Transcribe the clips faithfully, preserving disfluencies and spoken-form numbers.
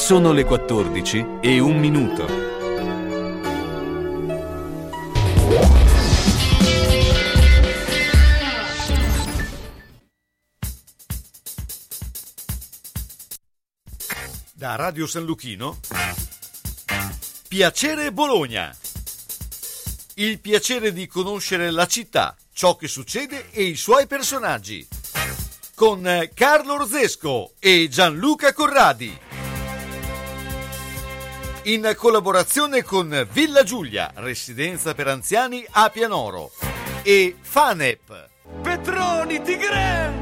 Sono le quattordici e un minuto. Da Radio San Luchino, Piacere Bologna. Il piacere di conoscere la città, ciò che succede e i suoi personaggi. Con Carlo Orzesco e Gianluca Corradi. In collaborazione con Villa Giulia, residenza per anziani a Pianoro, e Fanep. Petroni Tigre!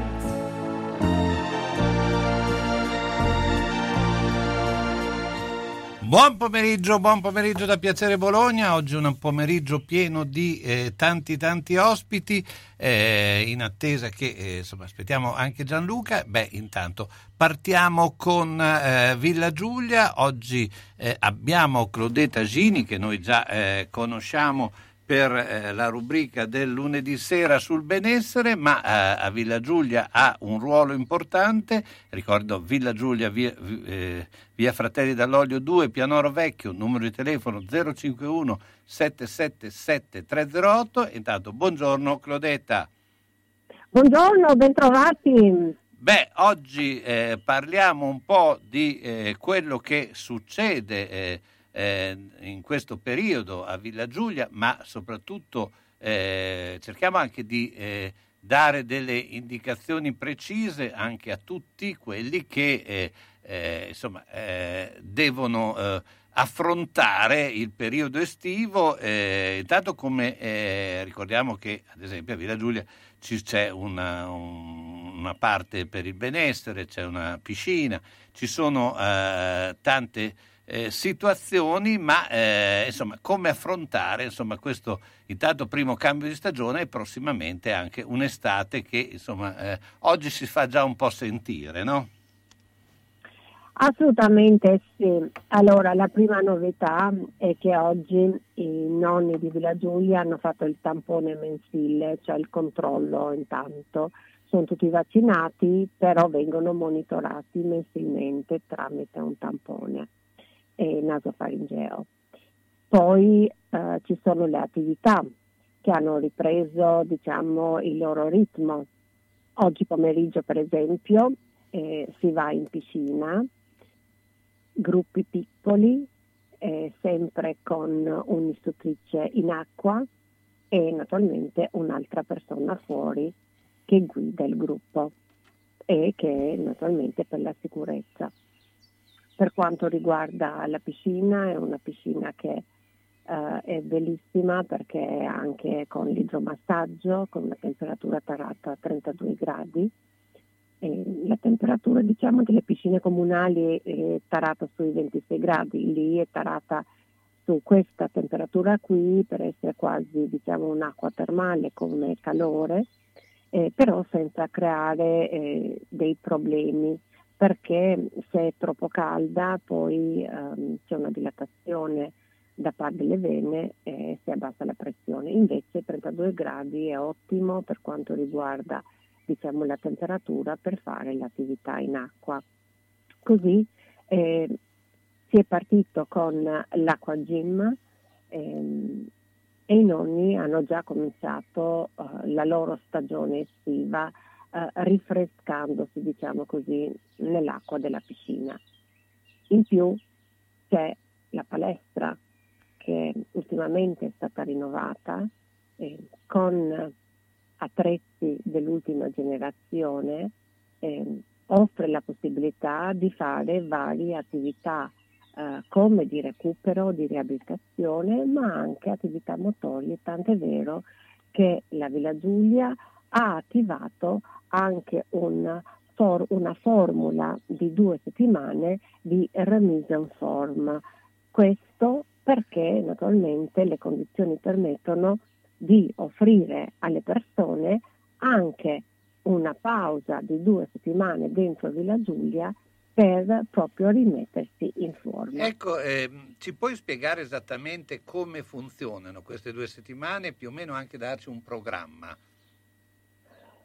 Buon pomeriggio, buon pomeriggio da Piacere Bologna. Oggi è un pomeriggio pieno di eh, tanti tanti ospiti, eh, in attesa che eh, insomma aspettiamo anche Gianluca. Beh, intanto partiamo con eh, Villa Giulia. Oggi eh, abbiamo Claudetta Gini, che noi già eh, conosciamo per eh, la rubrica del lunedì sera sul benessere, ma eh, a Villa Giulia ha un ruolo importante. Ricordo Villa Giulia, via, eh, via Fratelli dall'Olio due, Pianoro Vecchio, numero di telefono zero cinquantuno sette sette sette tre zero otto. Intanto buongiorno Claudetta. Buongiorno, bentrovati. Beh, oggi eh, parliamo un po' di eh, quello che succede eh, Eh, in questo periodo a Villa Giulia, ma soprattutto eh, cerchiamo anche di eh, dare delle indicazioni precise anche a tutti quelli che eh, eh, insomma eh, devono eh, affrontare il periodo estivo. Eh, intanto come eh, ricordiamo che ad esempio a Villa Giulia ci, c'è una, un, una parte per il benessere, c'è una piscina, ci sono eh, tante Eh, situazioni, ma eh, insomma come affrontare insomma questo intanto primo cambio di stagione e prossimamente anche un'estate che insomma eh, oggi si fa già un po' sentire, no? Assolutamente sì. Allora, la prima novità è che oggi i nonni di Villa Giulia hanno fatto il tampone mensile, cioè il controllo intanto. Sono tutti vaccinati, però vengono monitorati mensilmente tramite un tampone e nasofaringeo. Poi eh, ci sono le attività che hanno ripreso, diciamo, il loro ritmo. Oggi pomeriggio, per esempio, eh, si va in piscina, gruppi piccoli, eh, sempre con un'istruttrice in acqua e naturalmente un'altra persona fuori che guida il gruppo e che naturalmente per la sicurezza. Per quanto riguarda la piscina, è una piscina che uh, è bellissima perché anche con l'idromassaggio, con una temperatura tarata a trentadue gradi. E la temperatura, diciamo, delle piscine comunali è tarata sui ventisei gradi, lì è tarata su questa temperatura qui per essere quasi, diciamo, un'acqua termale come calore, eh, però senza creare eh, dei problemi, perché se è troppo calda poi ehm, c'è una dilatazione da parte delle vene e si abbassa la pressione. Invece trentadue gradi è ottimo per quanto riguarda, diciamo, la temperatura per fare l'attività in acqua. Così eh, si è partito con l'acqua gym ehm, e i nonni hanno già cominciato uh, la loro stagione estiva Uh, rinfrescandosi, diciamo così, nell'acqua della piscina. In più c'è la palestra che ultimamente è stata rinnovata eh, con attrezzi dell'ultima generazione, eh, offre la possibilità di fare varie attività eh, come di recupero, di riabilitazione, ma anche attività motorie, tant'è vero che la Villa Giulia ha attivato anche un for- una formula di due settimane di remise en forme. Questo perché naturalmente le condizioni permettono di offrire alle persone anche una pausa di due settimane dentro Villa Giulia per proprio rimettersi in forma. Ecco, eh, ci puoi spiegare esattamente come funzionano queste due settimane, più o meno anche darci un programma?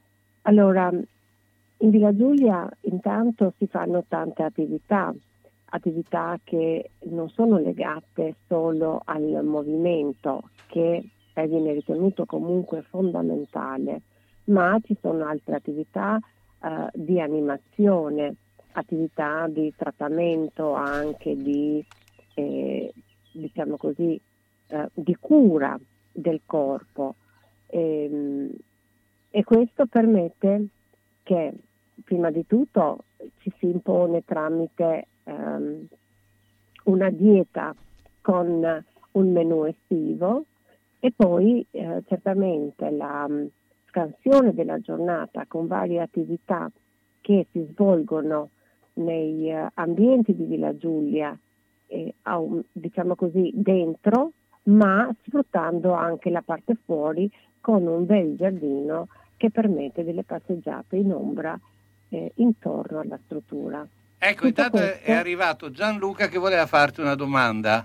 Allora, in Villa Giulia intanto si fanno tante attività. attività che non sono legate solo al movimento, che viene ritenuto comunque fondamentale, ma ci sono altre attività eh, di animazione, attività di trattamento, anche di eh, diciamo così eh, di cura del corpo, e, e questo permette che prima di tutto ci si impone tramite ehm, una dieta con un menù estivo, e poi eh, certamente la um, scansione della giornata con varie attività che si svolgono nei uh, ambienti di Villa Giulia, eh, un, diciamo così, dentro, ma sfruttando anche la parte fuori con un bel giardino che permette delle passeggiate in ombra eh, intorno alla struttura. Ecco, Tutto intanto questo... è arrivato Gianluca che voleva farti una domanda.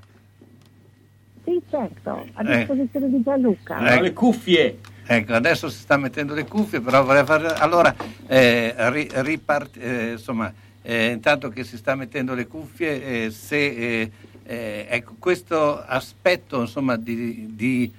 Sì, certo, a Eh. disposizione di Gianluca. Ecco. Le cuffie. Ecco, adesso si sta mettendo le cuffie, però vorrei fare... Allora, eh, ri, ripart... eh, insomma, eh, intanto che si sta mettendo le cuffie, eh, se eh, eh, ecco, questo aspetto, insomma, di, di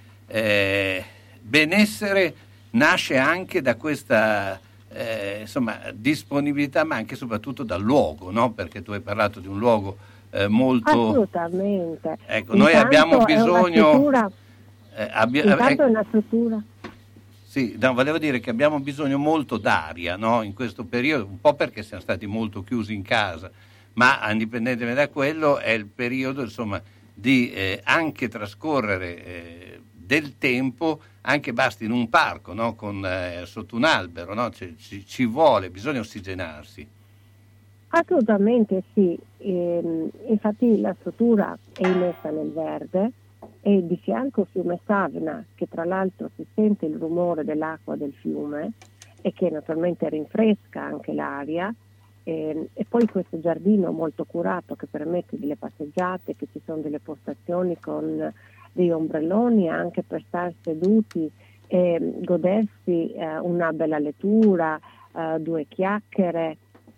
eh, benessere nasce anche da questa eh, insomma, disponibilità, ma anche e soprattutto dal luogo, no? Perché tu hai parlato di un luogo eh, molto... Assolutamente. Ecco, noi abbiamo bisogno... Eh, abbia... Intanto è una struttura... Sì, no, volevo dire che abbiamo bisogno molto d'aria, no? In questo periodo, un po' perché siamo stati molto chiusi in casa, ma indipendentemente da quello è il periodo, insomma, di eh, anche trascorrere eh, del tempo, anche basti in un parco, no? Con, eh, sotto un albero, no? Cioè, ci, ci vuole, bisogna ossigenarsi. Assolutamente sì, ehm, infatti la struttura è immessa nel verde, e di fianco il fiume Savna, che tra l'altro si sente il rumore dell'acqua del fiume e che naturalmente rinfresca anche l'aria, e, e poi questo giardino molto curato che permette delle passeggiate, che ci sono delle postazioni con degli ombrelloni anche per stare seduti e godersi eh, una bella lettura, eh, due chiacchiere,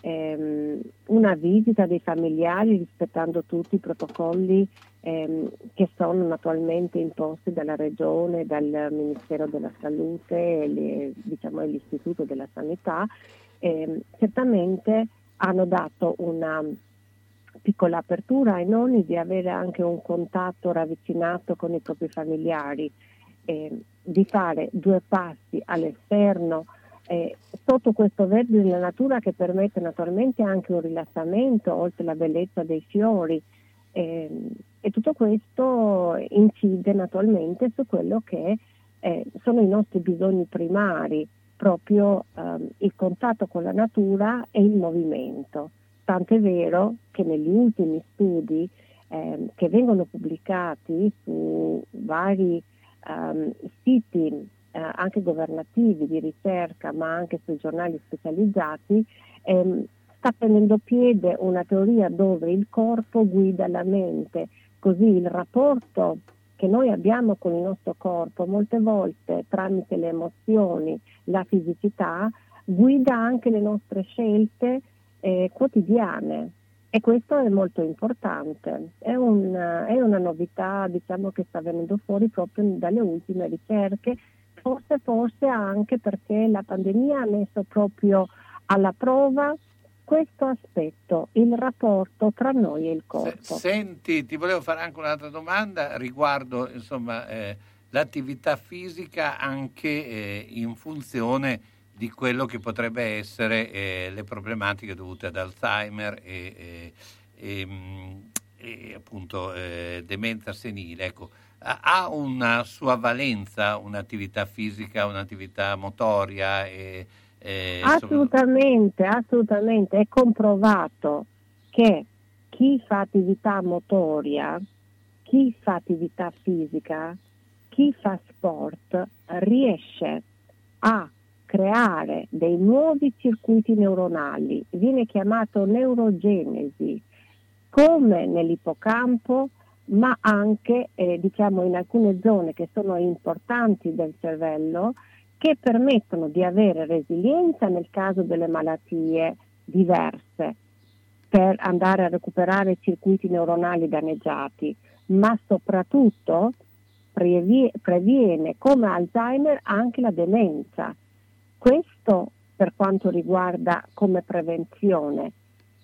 ehm, una visita dei familiari rispettando tutti i protocolli ehm, che sono naturalmente imposti dalla Regione, dal Ministero della Salute e le, diciamo, l'Istituto della Sanità. Ehm, certamente hanno dato una piccola apertura ai nonni di avere anche un contatto ravvicinato con i propri familiari, eh, di fare due passi all'esterno eh, sotto questo verde della natura, che permette naturalmente anche un rilassamento oltre la bellezza dei fiori, eh, e tutto questo incide naturalmente su quello che eh, sono i nostri bisogni primari, proprio ehm, il contatto con la natura e il movimento. Tant'è vero che negli ultimi studi eh, che vengono pubblicati su vari um, siti eh, anche governativi di ricerca, ma anche sui giornali specializzati, ehm, sta prendendo piede una teoria dove il corpo guida la mente, così il rapporto che noi abbiamo con il nostro corpo molte volte tramite le emozioni, la fisicità, guida anche le nostre scelte Eh, quotidiane, e questo è molto importante. È, un, è una novità, diciamo, che sta venendo fuori proprio dalle ultime ricerche, forse forse anche perché la pandemia ha messo proprio alla prova questo aspetto, il rapporto tra noi e il corpo. Senti, ti volevo fare anche un'altra domanda riguardo, insomma, eh, l'attività fisica anche eh, in funzione di quello che potrebbe essere eh, le problematiche dovute ad Alzheimer e, e, e, e appunto eh, demenza senile. Ecco, ha una sua valenza un'attività fisica, un'attività motoria? E, e, assolutamente, insomma... assolutamente. È comprovato che chi fa attività motoria, chi fa attività fisica, chi fa sport riesce a creare dei nuovi circuiti neuronali, viene chiamato neurogenesi, come nell'ippocampo, ma anche eh, diciamo in alcune zone che sono importanti del cervello, che permettono di avere resilienza nel caso delle malattie diverse. per andare a recuperare circuiti neuronali danneggiati, ma soprattutto previ- previene come Alzheimer anche la demenza. Questo per quanto riguarda come prevenzione,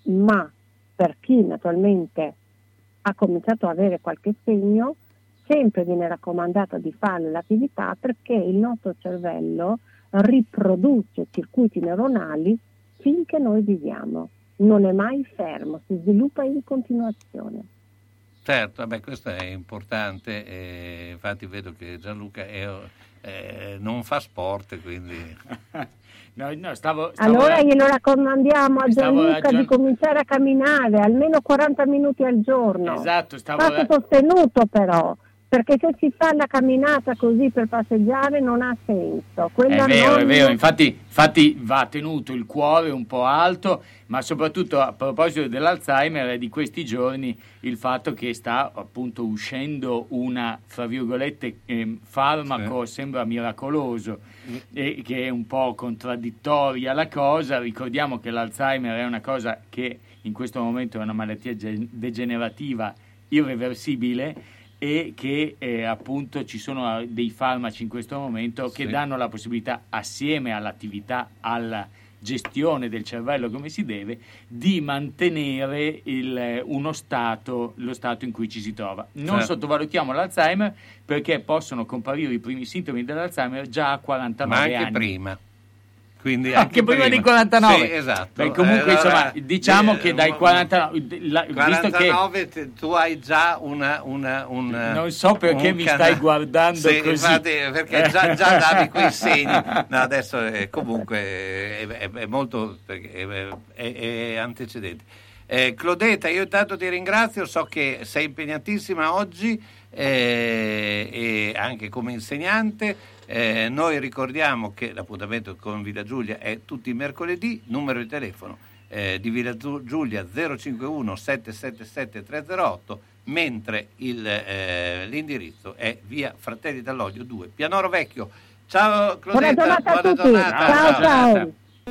ma per chi naturalmente ha cominciato ad avere qualche segno, sempre viene raccomandato di fare l'attività, perché il nostro cervello riproduce circuiti neuronali finché noi viviamo, non è mai fermo, si sviluppa in continuazione. Certo, vabbè, questo è importante, eh, infatti vedo che Gianluca è, eh, non fa sport, quindi... No, no, stavo, stavo allora glielo raccomandiamo a Gianluca raggion- di cominciare a camminare almeno quaranta minuti al giorno. Esatto, stavo Fatto sostenuto però, perché se si fa la camminata così per passeggiare non ha senso. Quella è vero, non... è vero, infatti, infatti va tenuto il cuore un po' alto, ma soprattutto a proposito dell'Alzheimer è di questi giorni il fatto che sta appunto uscendo una, fra virgolette, eh, farmaco, sì. Sembra miracoloso, e che è un po' contraddittoria la cosa. Ricordiamo che l'Alzheimer è una cosa che in questo momento è una malattia degenerativa irreversibile, e che eh, appunto ci sono dei farmaci in questo momento che sì. danno la possibilità, assieme all'attività, alla gestione del cervello come si deve, di mantenere il, uno stato, lo stato in cui ci si trova. Non certo. sottovalutiamo l'Alzheimer, perché possono comparire i primi sintomi dell'Alzheimer già a quarantanove anni. Ma anche anni. prima. Quindi anche, anche prima, prima dei quarantanove. Sì, esatto. Beh, comunque, eh, insomma, allora, diciamo eh, che dai quarantanove, la, quarantanove visto che tu hai già una, una, una non so perché mi canale. Stai guardando sì, così. Infatti, perché già, già davi quei segni. No, adesso è, comunque è, è, è molto è, è, è antecedente. Eh, Claudetta, io intanto ti ringrazio, so che sei impegnatissima oggi eh, e anche come insegnante. Eh, noi ricordiamo che l'appuntamento con Villa Giulia è tutti i mercoledì, numero di telefono eh, di Villa Giulia zero cinquantuno sette sette sette tre zero otto, mentre il, eh, l'indirizzo è via Fratelli dall'Olio due, Pianoro Vecchio. Ciao Claudetta, buona giornata a tutti. giornata. Ciao, ciao. ciao.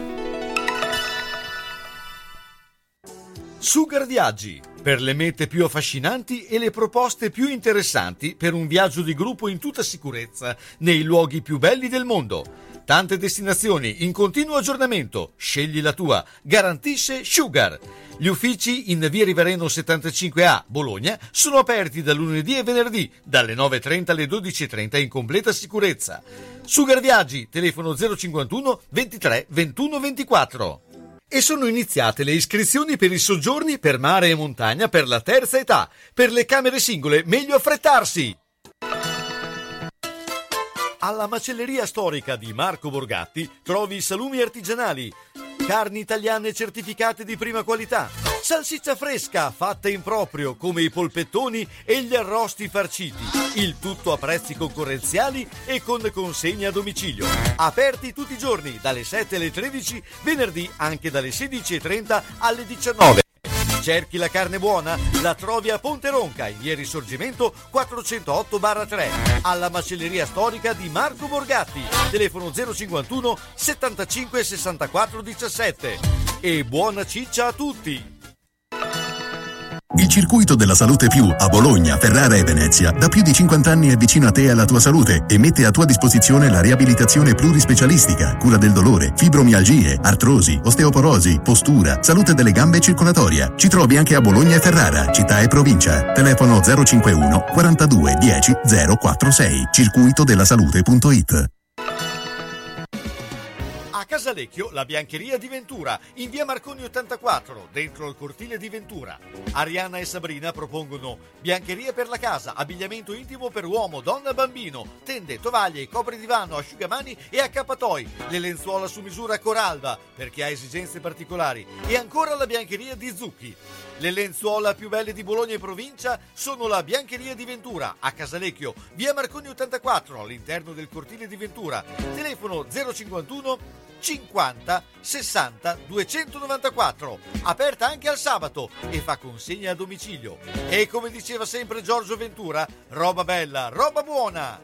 Sugar Viaggi, per le mete più affascinanti e le proposte più interessanti per un viaggio di gruppo in tutta sicurezza nei luoghi più belli del mondo. Tante destinazioni in continuo aggiornamento. Scegli la tua. Garantisce Sugar. Gli uffici in via Rivareno settantacinque A, Bologna, sono aperti da lunedì e venerdì, dalle nove e trenta alle dodici e trenta in completa sicurezza. Sugar Viaggi, telefono zero cinquantuno ventitré ventuno ventiquattro. E sono iniziate le iscrizioni per i soggiorni per mare e montagna per la terza età. Per le camere singole, meglio affrettarsi! Alla macelleria storica di Marco Borgatti trovi salumi artigianali, carni italiane certificate di prima qualità, salsiccia fresca fatta in proprio come i polpettoni e gli arrosti farciti, il tutto a prezzi concorrenziali e con consegna a domicilio. Aperti tutti i giorni dalle sette alle tredici, venerdì anche dalle sedici e trenta alle diciannove. Cerchi la carne buona? La trovi a Ponte Ronca, in via Risorgimento quattrocentootto tre, alla macelleria storica di Marco Borgatti, telefono zero cinquantuno settantacinque sessantaquattro diciassette. E buona ciccia a tutti! Il Circuito della Salute Più a Bologna, Ferrara e Venezia da più di cinquanta anni è vicino a te e alla tua salute e mette a tua disposizione la riabilitazione plurispecialistica, cura del dolore, fibromialgie, artrosi, osteoporosi, postura, salute delle gambe e circolatoria. Ci trovi anche a Bologna e Ferrara, città e provincia. Telefono zero cinquantuno quarantadue dieci zero quarantasei. circuito della salute punto it. A Casalecchio, la biancheria di Ventura, in via Marconi ottantaquattro, dentro il cortile di Ventura. Arianna e Sabrina propongono biancheria per la casa, abbigliamento intimo per uomo, donna e bambino, tende, tovaglie, copridivano, asciugamani e accappatoi, le lenzuola su misura Coralba, per chi ha esigenze particolari, e ancora la biancheria di Zucchi. Le lenzuola più belle di Bologna e provincia sono la biancheria di Ventura, a Casalecchio, via Marconi ottantaquattro, all'interno del cortile di Ventura. Telefono zero cinquantuno cinquanta sessanta duecentonovantaquattro, aperta anche al sabato e fa consegna a domicilio. E come diceva sempre Giorgio Ventura, roba bella, roba buona!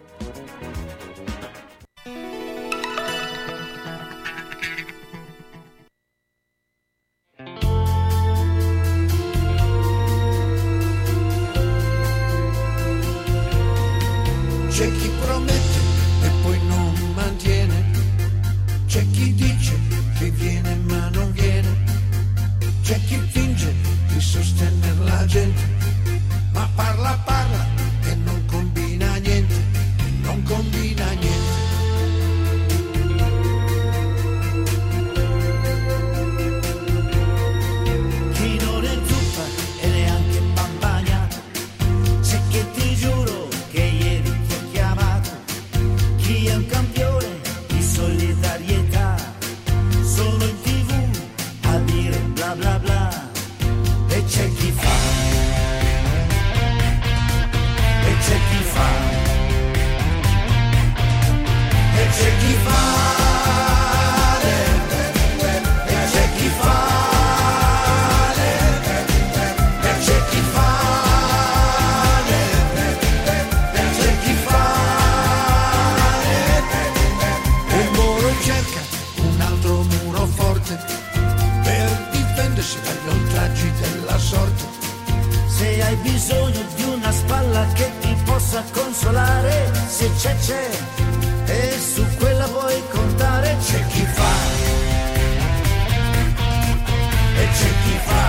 bisogno di una spalla che ti possa consolare, se c'è c'è e su quella puoi contare. C'è chi fa e c'è chi fa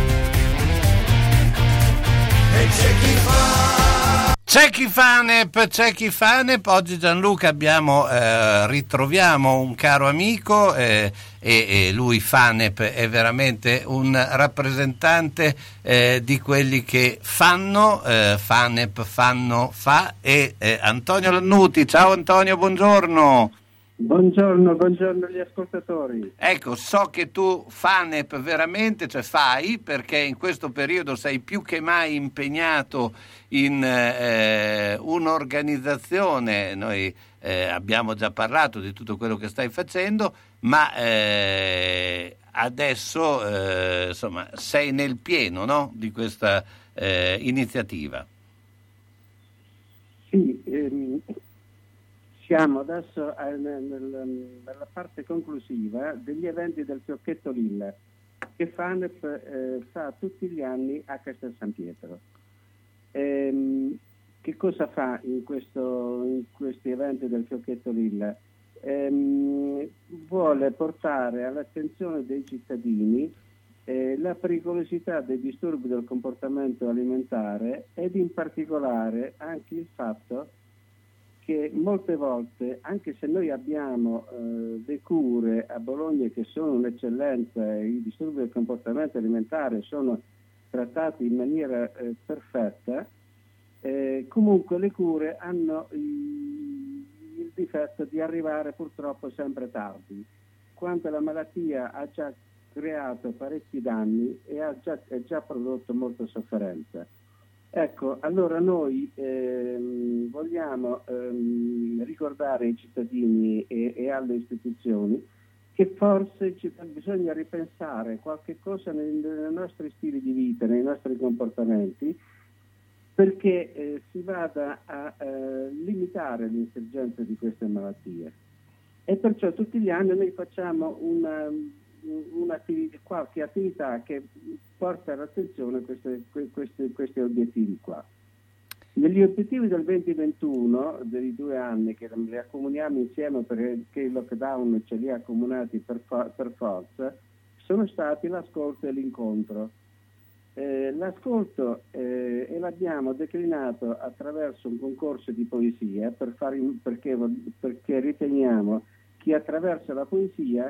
e c'è chi fa. C'è chi fa Nep, c'è chi fa Nep. Oggi Gianluca abbiamo, eh, ritroviamo un caro amico eh, e, e lui Fanep è veramente un rappresentante eh, di quelli che fanno, eh, Fanep fanno, fa e eh, Antonio Lannuti. Ciao Antonio, buongiorno. Buongiorno, buongiorno agli ascoltatori. Ecco, so che tu Fanep veramente, cioè fai, perché in questo periodo sei più che mai impegnato in eh, un'organizzazione. Noi eh, abbiamo già parlato di tutto quello che stai facendo, ma eh, adesso eh, insomma sei nel pieno, no? Di questa eh, iniziativa. Sì, ehm, siamo adesso eh, nel, nella parte conclusiva degli eventi del Fiocchetto Lilla che Fanep eh, fa tutti gli anni a Castel San Pietro. Ehm, che cosa fa in, questo, in questi eventi del Fiocchetto Lilla? Ehm, vuole portare all'attenzione dei cittadini eh, la pericolosità dei disturbi del comportamento alimentare ed in particolare anche il fatto che molte volte, anche se noi abbiamo eh, le cure a Bologna che sono un'eccellenza e i disturbi del comportamento alimentare sono trattati in maniera eh, perfetta, eh, comunque le cure hanno il, il difetto di arrivare purtroppo sempre tardi, quando la malattia ha già creato parecchi danni e ha già, ha già prodotto molta sofferenza. Ecco, allora noi ehm, vogliamo ehm, ricordare ai cittadini e, e alle istituzioni che forse ci, bisogna ripensare qualche cosa nei, nei nostri stili di vita, nei nostri comportamenti, perché eh, si vada a eh, limitare l'insorgenza di queste malattie. E perciò tutti gli anni noi facciamo una, una, qualche attività che porta all'attenzione queste, questi, questi obiettivi qua. Negli obiettivi del venti ventuno, dei due anni che li accomuniamo insieme perché il lockdown ce li ha accomunati per, for- per forza, sono stati l'ascolto e l'incontro. Eh, l'ascolto eh, e l'abbiamo declinato attraverso un concorso di poesia per fare, perché, perché riteniamo che attraverso la poesia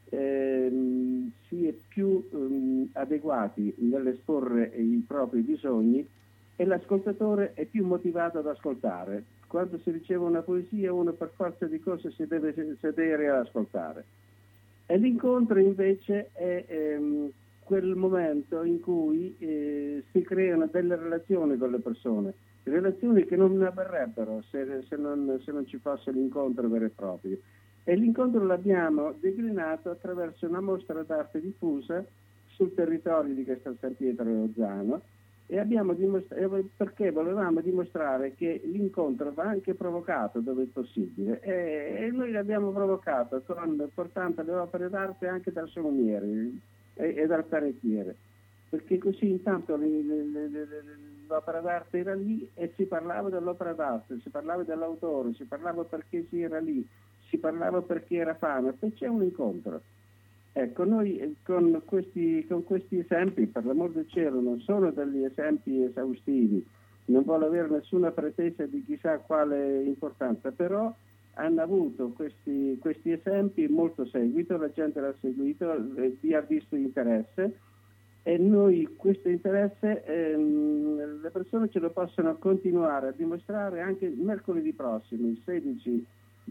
ehm, si è più ehm, adeguati nell'esporre i propri bisogni e l'ascoltatore è più motivato ad ascoltare. Quando si riceve una poesia uno per forza di cose si deve sedere ad ascoltare. E l'incontro invece è ehm, quel momento in cui eh, si creano delle relazioni con le persone, relazioni che non avverrebbero se, se, non, se non ci fosse l'incontro vero e proprio. E l'incontro l'abbiamo declinato attraverso una mostra d'arte diffusa sul territorio di Castel San Pietro e Ozzano, e abbiamo dimostrato, perché volevamo dimostrare che l'incontro va anche provocato dove è possibile, e, e noi l'abbiamo provocato con, portando le opere d'arte anche dal salumiere e, e dal panettiere, perché così intanto le, le, le, le, l'opera d'arte era lì e si parlava dell'opera d'arte, si parlava dell'autore, si parlava perché si era lì, si parlava perché era fame, poi c'è un incontro. Ecco, noi con questi, con questi esempi, per l'amor del cielo, non sono degli esempi esaustivi, non voglio avere nessuna pretesa di chissà quale importanza, però hanno avuto questi, questi esempi molto seguito, la gente l'ha seguito, vi ha visto interesse, e noi questo interesse ehm, le persone ce lo possono continuare a dimostrare anche mercoledì prossimo, il sedici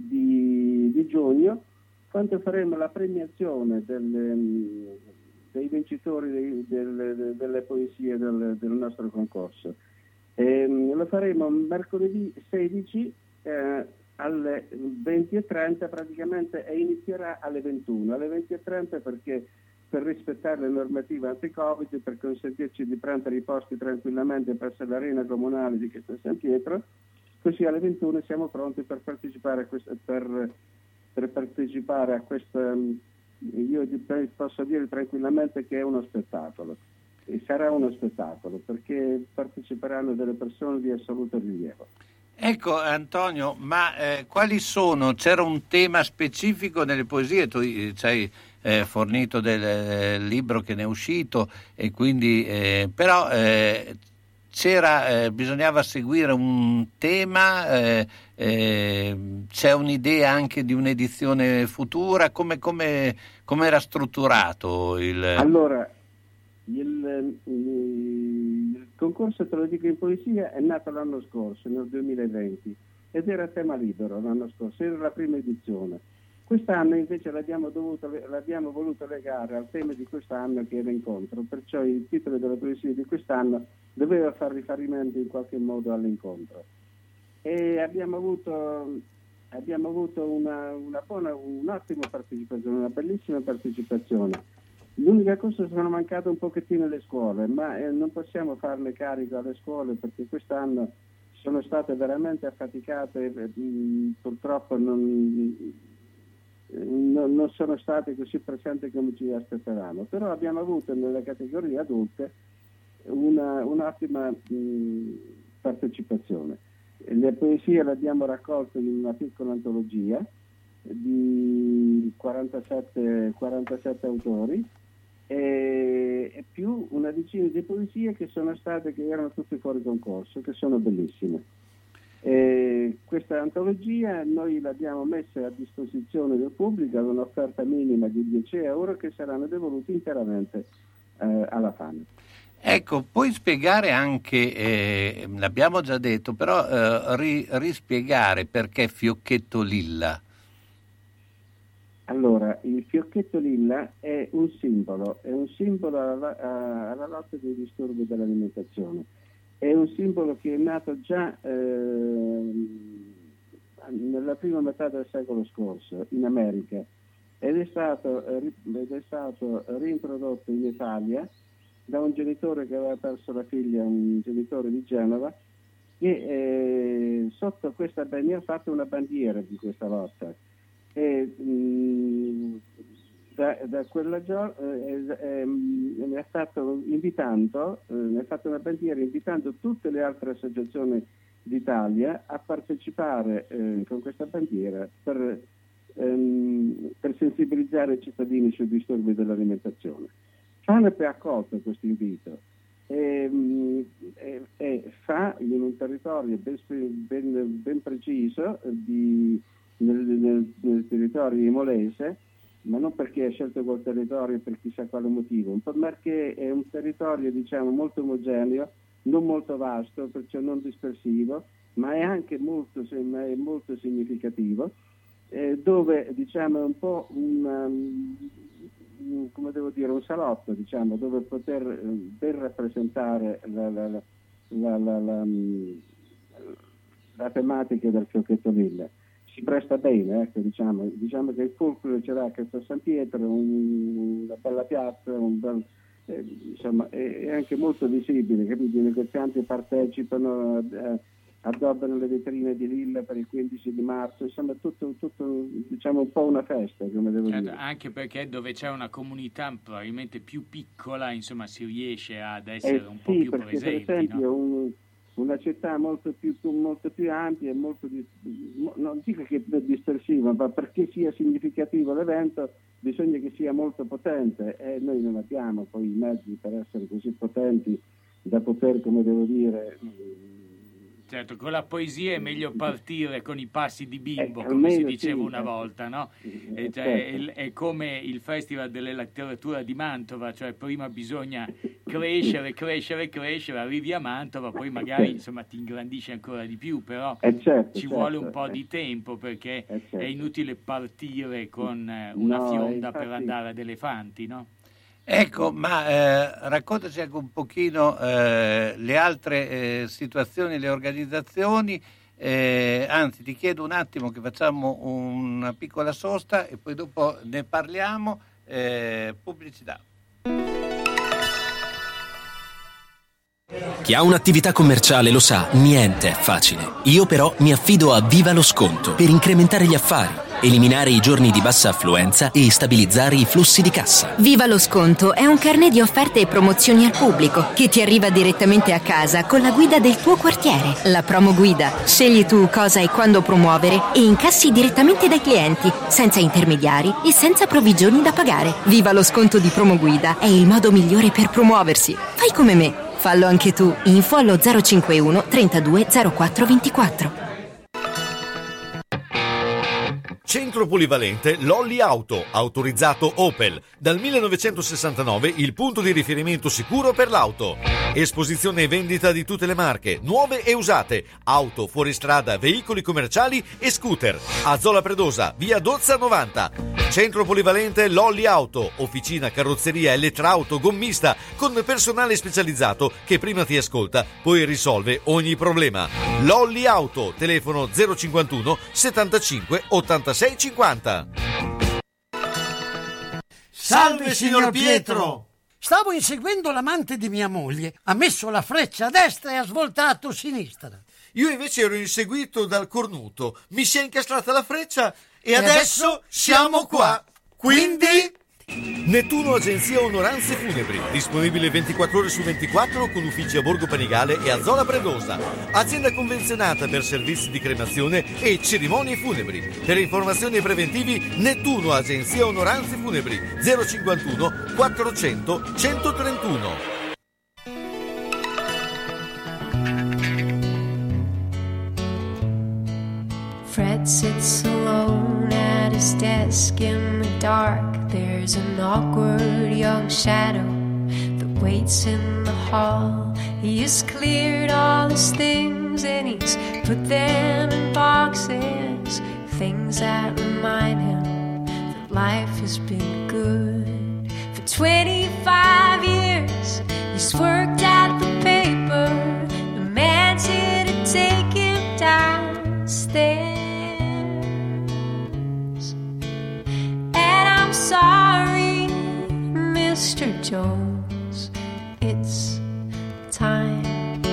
di, di giugno, quando faremo la premiazione delle, dei vincitori dei, delle, delle poesie del, del nostro concorso. E, lo faremo mercoledì sedici eh, alle venti e trenta praticamente, e inizierà alle ventuno. Alle venti e trenta perché per rispettare le normative anti-Covid, per consentirci di prendere i posti tranquillamente presso l'arena comunale di Castel San Pietro, così alle ventuno siamo pronti per partecipare a questo, per per partecipare a questo, io posso dire tranquillamente che è uno spettacolo. sarà uno spettacolo, perché parteciperanno delle persone di assoluto rilievo. Ecco Antonio, ma eh, quali sono? C'era un tema specifico nelle poesie, tu ci hai eh, fornito del eh, libro che ne è uscito, e quindi eh, però eh, c'era, eh, bisognava seguire un tema, eh, eh, c'è un'idea anche di un'edizione futura, come, come, come era strutturato il... Allora, il, il concorso, te lo dico in poesia, è nato l'anno scorso, nel duemilaventi, ed era tema libero l'anno scorso, era la prima edizione. Quest'anno invece l'abbiamo, dovuto, l'abbiamo voluto legare al tema di quest'anno, che era incontro, perciò il titolo della poesia di quest'anno doveva far riferimento in qualche modo all'incontro. E abbiamo avuto, abbiamo avuto una, una buona, un'ottima partecipazione, una bellissima partecipazione. L'unica cosa, sono mancate un pochettino le scuole, ma eh, non possiamo farne carico alle scuole, perché quest'anno sono state veramente affaticate, mh, purtroppo non, non, non sono state così presenti come ci aspettavamo, però abbiamo avuto nelle categorie adulte una, un'ottima mh, partecipazione. Le poesie le abbiamo raccolte in una piccola antologia di quarantasette, quarantasette autori, e, e più una decina di poesie che sono state, che erano tutte fuori concorso, che sono bellissime. E questa antologia noi l'abbiamo messa a disposizione del pubblico ad un'offerta minima di dieci euro, che saranno devoluti interamente eh, alla FANEP. Ecco, puoi spiegare anche, eh, l'abbiamo già detto, però eh, ri, rispiegare perché Fiocchetto Lilla? Allora, il fiocchetto lilla è un simbolo, è un simbolo alla, alla lotta dei disturbi dell'alimentazione. È un simbolo che è nato già eh, nella prima metà del secolo scorso in America ed è stato, ed è stato reintrodotto in Italia da un genitore che aveva perso la figlia, un genitore di Genova, che eh, sotto questa bandiera ha fatto una bandiera di questa lotta. E, mh, da, da quella giorno eh, eh, ne ha fatto invitando, eh, ne ha fatto una bandiera invitando tutte le altre associazioni d'Italia a partecipare eh, con questa bandiera per, ehm, per sensibilizzare i cittadini sui disturbi dell'alimentazione. FANEP ha accolto questo invito e, e, e fa in un territorio ben, ben, ben preciso di Nel, nel, nel territorio imolese, ma non perché ha scelto quel territorio per chissà quale motivo, ma perché è un territorio, diciamo, molto omogeneo, non molto vasto, perciò non dispersivo, ma è anche molto, ma è molto significativo, eh, dove, diciamo, è un po' un, um, come devo dire, un salotto, diciamo, dove poter eh, ben rappresentare la, la, la, la, la, la, la tematica del Fiocchetto Lilla. Si presta bene, ecco, diciamo. diciamo che il fulcro ce l'ha questo San Pietro, un, una bella piazza, un bel, eh, insomma, è, è anche molto visibile, capito? I negozianti partecipano, eh, addobbano le vetrine di Lilla per il quindici di marzo, insomma tutto, tutto, diciamo, un po' una festa, come devo certo, dire. Anche perché dove c'è una comunità probabilmente più piccola, insomma, si riesce ad essere eh, un po' sì, più perché, presenti, per esempio, no? un, una città molto più, molto più ampia e molto di, non dico che è dispersiva, ma perché sia significativo l'evento bisogna che sia molto potente, e noi non abbiamo poi i mezzi per essere così potenti da poter, come devo dire... Certo, con la poesia è meglio partire con i passi di bimbo, eh, come si almeno diceva sì, una eh, volta, no? eh, E cioè, certo. è, è come il Festival della Letteratura di Mantova, cioè prima bisogna crescere, crescere, crescere, arrivi a Mantova, poi magari insomma ti ingrandisci ancora di più, però eh, certo, ci certo, vuole un po' eh. di tempo, perché eh, certo. è inutile partire con una No, fionda infatti... per andare ad Elefanti, no? Ecco, ma eh, raccontaci anche un pochino eh, le altre eh, situazioni, le organizzazioni, eh, anzi ti chiedo un attimo che facciamo una piccola sosta e poi dopo ne parliamo, eh, pubblicità. Chi ha un'attività commerciale lo sa, niente è facile. Io però mi affido a Viva lo Sconto per incrementare gli affari. eliminare i giorni di bassa affluenza e stabilizzare i flussi di cassa. Viva lo sconto è un carnet di offerte e promozioni al pubblico che ti arriva direttamente a casa con la guida del tuo quartiere. La promo guida. Scegli tu cosa e quando promuovere e incassi direttamente dai clienti, senza intermediari e senza provvigioni da pagare. Viva lo sconto di Promo Guida, è il modo migliore per promuoversi. Fai come me. Fallo anche tu. Info allo zero cinquantuno trentadue zero quattro ventiquattro. Centro polivalente Lolli Auto, autorizzato Opel. Dal millenovecentosessantanove il punto di riferimento sicuro per l'auto. Esposizione e vendita di tutte le marche, nuove e usate. Auto, fuoristrada, veicoli commerciali e scooter. A Zola Predosa, via Dozza novanta. Centro polivalente Lolli Auto, officina, carrozzeria, elettrauto, gommista, con personale specializzato che prima ti ascolta, poi risolve ogni problema. Lolli Auto, telefono zero cinquantuno settantacinque ottantasei cinquanta. Salve signor Pietro! Stavo inseguendo l'amante di mia moglie, ha messo la freccia a destra e ha svoltato a sinistra. Io invece ero inseguito dal cornuto, mi si è incastrata la freccia e, E adesso, adesso siamo qua. Quindi... Nettuno Agenzia Onoranze Funebri, disponibile ventiquattro ore su ventiquattro con uffici a Borgo Panigale e a Zola Predosa. Azienda convenzionata per servizi di cremazione e cerimonie funebri. Per informazioni e preventivi Nettuno Agenzia Onoranze Funebri zero cinquantuno quattrocento centotrentuno. Fred sits alone at his desk in the dark. There's an awkward young shadow that waits in the hall. He has cleared all his things and he's put them in boxes. Things that remind him that life has been good. For twenty-five years he's worked at the paper. The man's here to take him downstairs. Sorry, Mister Jones, it's time.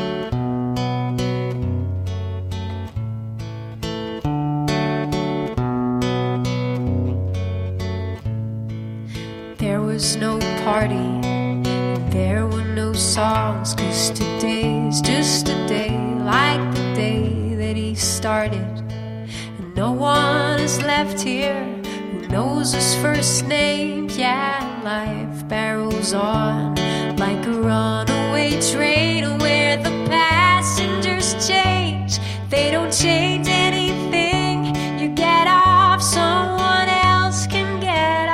There was no party, there were no songs, 'cause today's just a day like the day that he started. And no one is left here knows his first name. Yeah, life barrels on like a runaway train where the passengers change. They don't change anything. You get off, someone else can get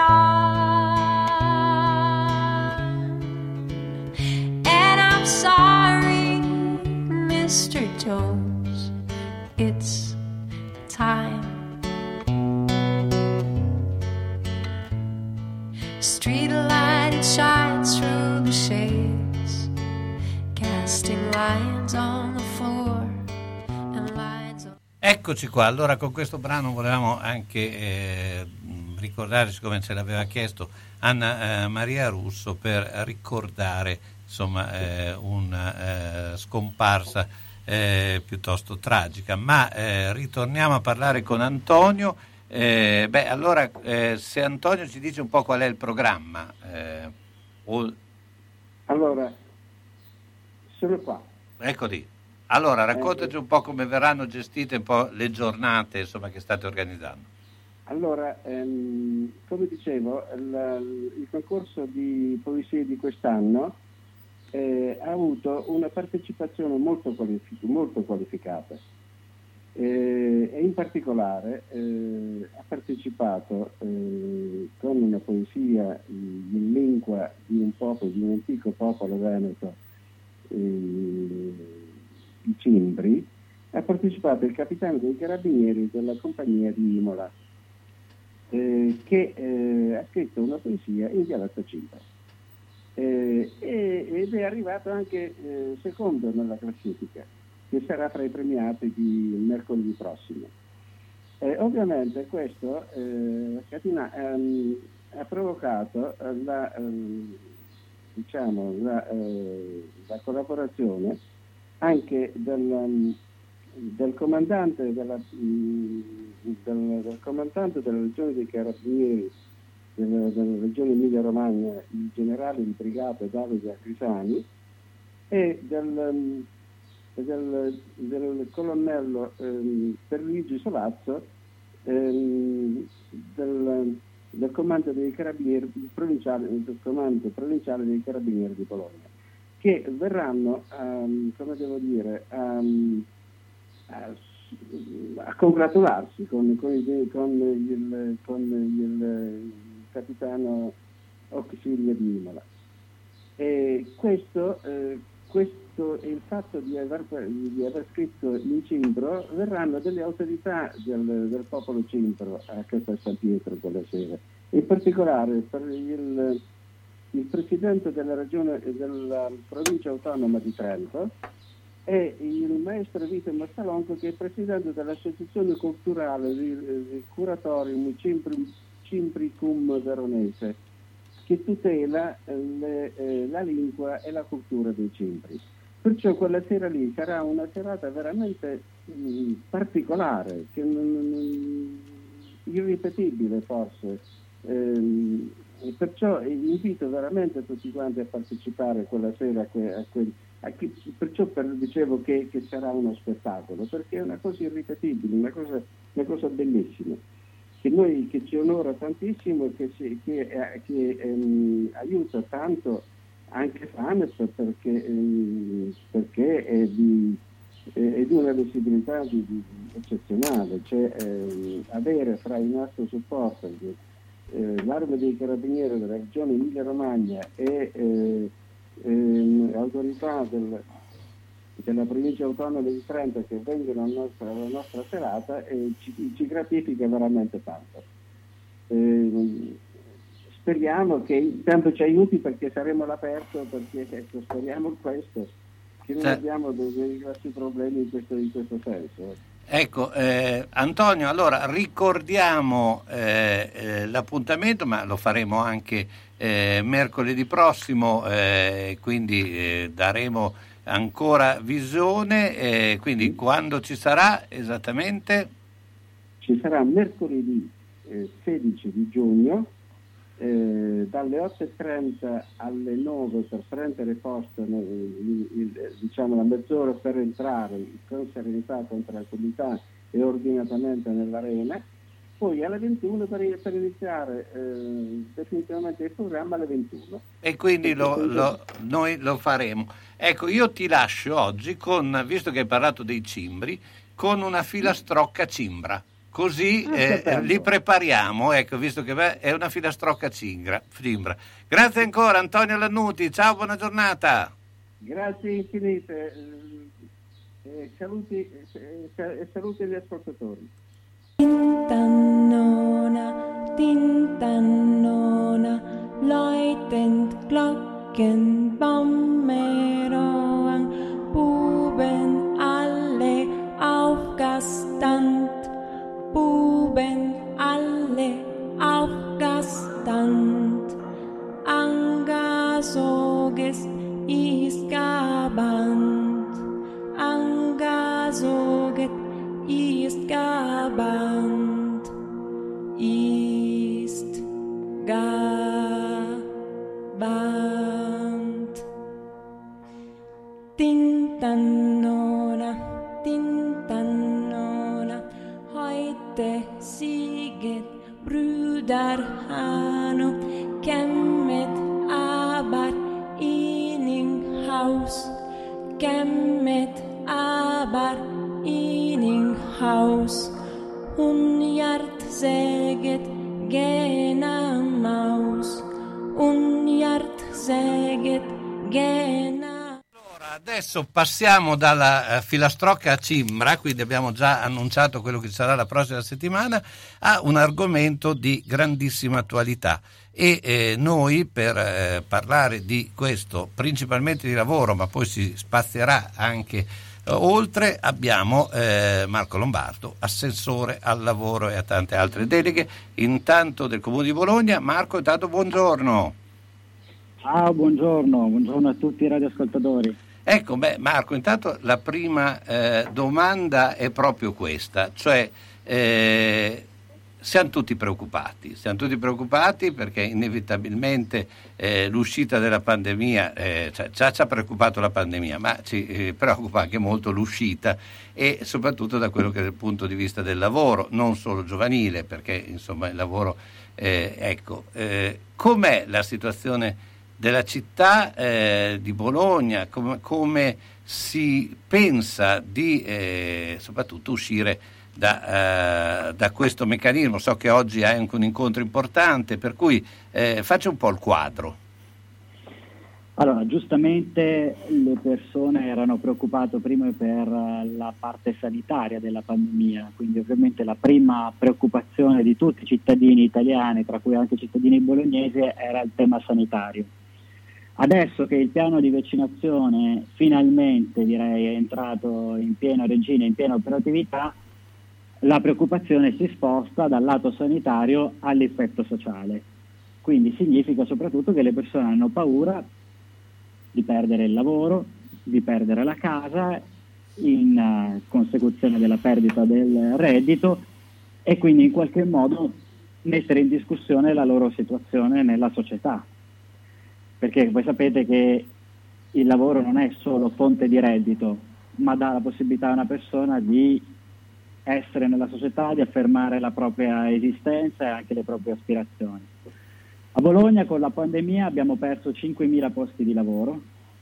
on. And I'm sorry, Mister Jones, it's time. Street light, it shines through the shades, casting lines on the floor and lines on... Eccoci qua, allora con questo brano volevamo anche eh, ricordare, siccome ce l'aveva chiesto Anna eh, Maria Russo, per ricordare insomma eh, una eh, scomparsa eh, piuttosto tragica. Ma eh, ritorniamo a parlare con Antonio. Eh, beh, allora eh, se Antonio ci dice un po' qual è il programma. Eh, o... Allora, sono qua. Eccoli. Allora, raccontaci un po' come verranno gestite un po' le giornate, insomma, che state organizzando. Allora, ehm, come dicevo, il, il concorso di poesie di quest'anno eh, ha avuto una partecipazione molto, qualific- molto qualificata. Eh, e in particolare eh, ha partecipato eh, con una poesia in lingua di un popolo, di un antico popolo veneto, eh, i Cimbri. Ha partecipato il capitano dei carabinieri della compagnia di Imola, eh, che eh, ha scritto una poesia in dialetto cimbro, eh, ed è arrivato anche eh, secondo nella classifica, che sarà fra i premiati di mercoledì prossimo. Eh, ovviamente questo eh, Catina, ehm, ha provocato la, ehm, diciamo, la, eh, la collaborazione anche del, um, del comandante della, um, del, del comandante della Legione dei Carabinieri della, della Regione Emilia-Romagna, il generale di brigata Davide Acrisani, e del, del, del colonnello ehm, Pierluigi Solazzo ehm, del, del comando dei carabinieri provinciale, del comando provinciale dei carabinieri di Bologna, che verranno um, come devo dire um, a, a congratularsi con, con, il, con, il, con il capitano Auxilio di Imola. E questo, eh, questo e il fatto di aver, di aver scritto in cimbro verranno delle autorità del, del popolo cimbro a Castel San Pietro quella sera. In particolare per il, il presidente della regione della provincia autonoma di Trento e il maestro Vito Mastalonco, che è presidente dell'associazione culturale di, di Curatorium Cimbri, Cimbricum Veronese, che tutela le, eh, la lingua e la cultura dei cimbri. Perciò quella sera lì sarà una serata veramente mh, particolare, che, mh, irripetibile forse. Ehm, perciò invito veramente tutti quanti a partecipare quella sera a que, a que, a che, perciò per, dicevo che, che sarà uno spettacolo, perché è una cosa irripetibile, una cosa, una cosa bellissima, che noi che ci onora tantissimo e che, ci, che, eh, che ehm, aiuta tanto anche Fanep, perché, ehm, perché è di, è di una visibilità di, di eccezionale, cioè ehm, avere fra i nostri supporter eh, l'Arma dei Carabinieri della regione Emilia-Romagna e eh, ehm, autorità del, della provincia autonoma di Trento che vengono alla nostra, alla nostra serata e ci, ci gratifica veramente tanto. Eh, speriamo che il tempo ci aiuti, perché saremo all'aperto, perché ecco, speriamo questo, che non abbiamo dei, dei grossi problemi in questo, in questo senso. Ecco, eh, Antonio, allora ricordiamo eh, eh, l'appuntamento, ma lo faremo anche eh, mercoledì prossimo, eh, quindi eh, daremo ancora visione, eh, quindi quando ci sarà esattamente? Ci sarà mercoledì eh, sedici di giugno, eh, dalle otto e trenta alle nove, per prendere posto, il, il, diciamo la mezz'ora per entrare con serenità, con tranquillità e ordinatamente nell'arena, poi alle ventuno per, per iniziare eh, definitivamente il programma alle ventuno. E quindi lo, lo, noi lo faremo. Ecco, io ti lascio oggi con, visto che hai parlato dei cimbri, con una filastrocca cimbra. Così eh, li prepariamo, ecco, visto che è una filastrocca cimbra. Grazie ancora Antonio Lannuti, ciao, buona giornata. Grazie infinite, eh, saluti, eh, saluti agli ascoltatori. Tintannona, tintannona, läutet klocken bommeroan, Buben alle aufgestanden. Buben alle aufgestand, angesoges ist Gaband, angesoget ist Gaband, ist Gaband. Tintannona, tintannona, heute sieget Brüder Hanno, kämmet aber in Haus, kämmet aber in Haus, Unjart säget gena Maus, Unjart säget gena. Adesso passiamo dalla uh, filastrocca a cimbra, quindi abbiamo già annunciato quello che sarà la prossima settimana, a un argomento di grandissima attualità e eh, noi per eh, parlare di questo, principalmente di lavoro, ma poi si spazierà anche eh, oltre, abbiamo eh, Marco Lombardo, assessore al lavoro e a tante altre deleghe, intanto del Comune di Bologna. Marco, intanto buongiorno. Ciao, buongiorno, buongiorno a tutti i radioascoltatori. Ecco, beh, Marco, intanto la prima eh, domanda è proprio questa, cioè eh, siamo tutti preoccupati, siamo tutti preoccupati perché inevitabilmente eh, l'uscita della pandemia, eh, cioè, già ci ha preoccupato la pandemia, ma ci eh, preoccupa anche molto l'uscita, e soprattutto da quello che è il punto di vista del lavoro, non solo giovanile, perché insomma il lavoro, eh, ecco, eh, com'è la situazione della città eh, di Bologna, com- come si pensa di eh, soprattutto uscire Da, uh, da questo meccanismo. So che oggi hai anche un incontro importante, per cui eh, faccia un po' il quadro. Allora, giustamente le persone erano preoccupate prima per la parte sanitaria della pandemia, quindi ovviamente la prima preoccupazione di tutti i cittadini italiani, tra cui anche i cittadini bolognesi, era il tema sanitario. Adesso che il piano di vaccinazione finalmente, direi, è entrato in pieno regime, in piena operatività, la preoccupazione si sposta dal lato sanitario all'effetto sociale. Quindi significa soprattutto che le persone hanno paura di perdere il lavoro, di perdere la casa, in uh, consecuzione della perdita del reddito, e quindi in qualche modo mettere in discussione la loro situazione nella società. Perché voi sapete che il lavoro non è solo fonte di reddito, ma dà la possibilità a una persona di essere nella società, di affermare la propria esistenza e anche le proprie aspirazioni. A Bologna con la pandemia abbiamo perso cinquemila posti di lavoro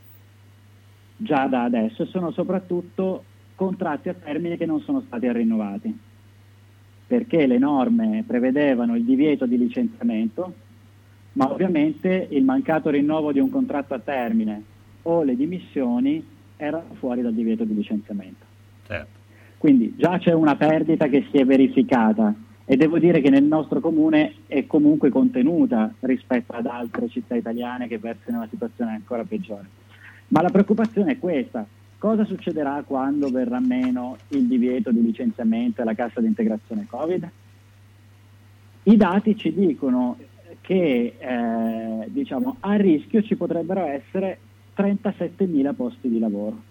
già da adesso, e sono soprattutto contratti a termine che non sono stati rinnovati, perché le norme prevedevano il divieto di licenziamento, ma ovviamente il mancato rinnovo di un contratto a termine o le dimissioni erano fuori dal divieto di licenziamento. Certo. Quindi già c'è una perdita che si è verificata, e devo dire che nel nostro comune è comunque contenuta rispetto ad altre città italiane che versano in una situazione ancora peggiore. Ma la preoccupazione è questa: cosa succederà quando verrà meno il divieto di licenziamento e la cassa di integrazione Covid? I dati ci dicono che eh, diciamo, a rischio ci potrebbero essere trentasettemila posti di lavoro.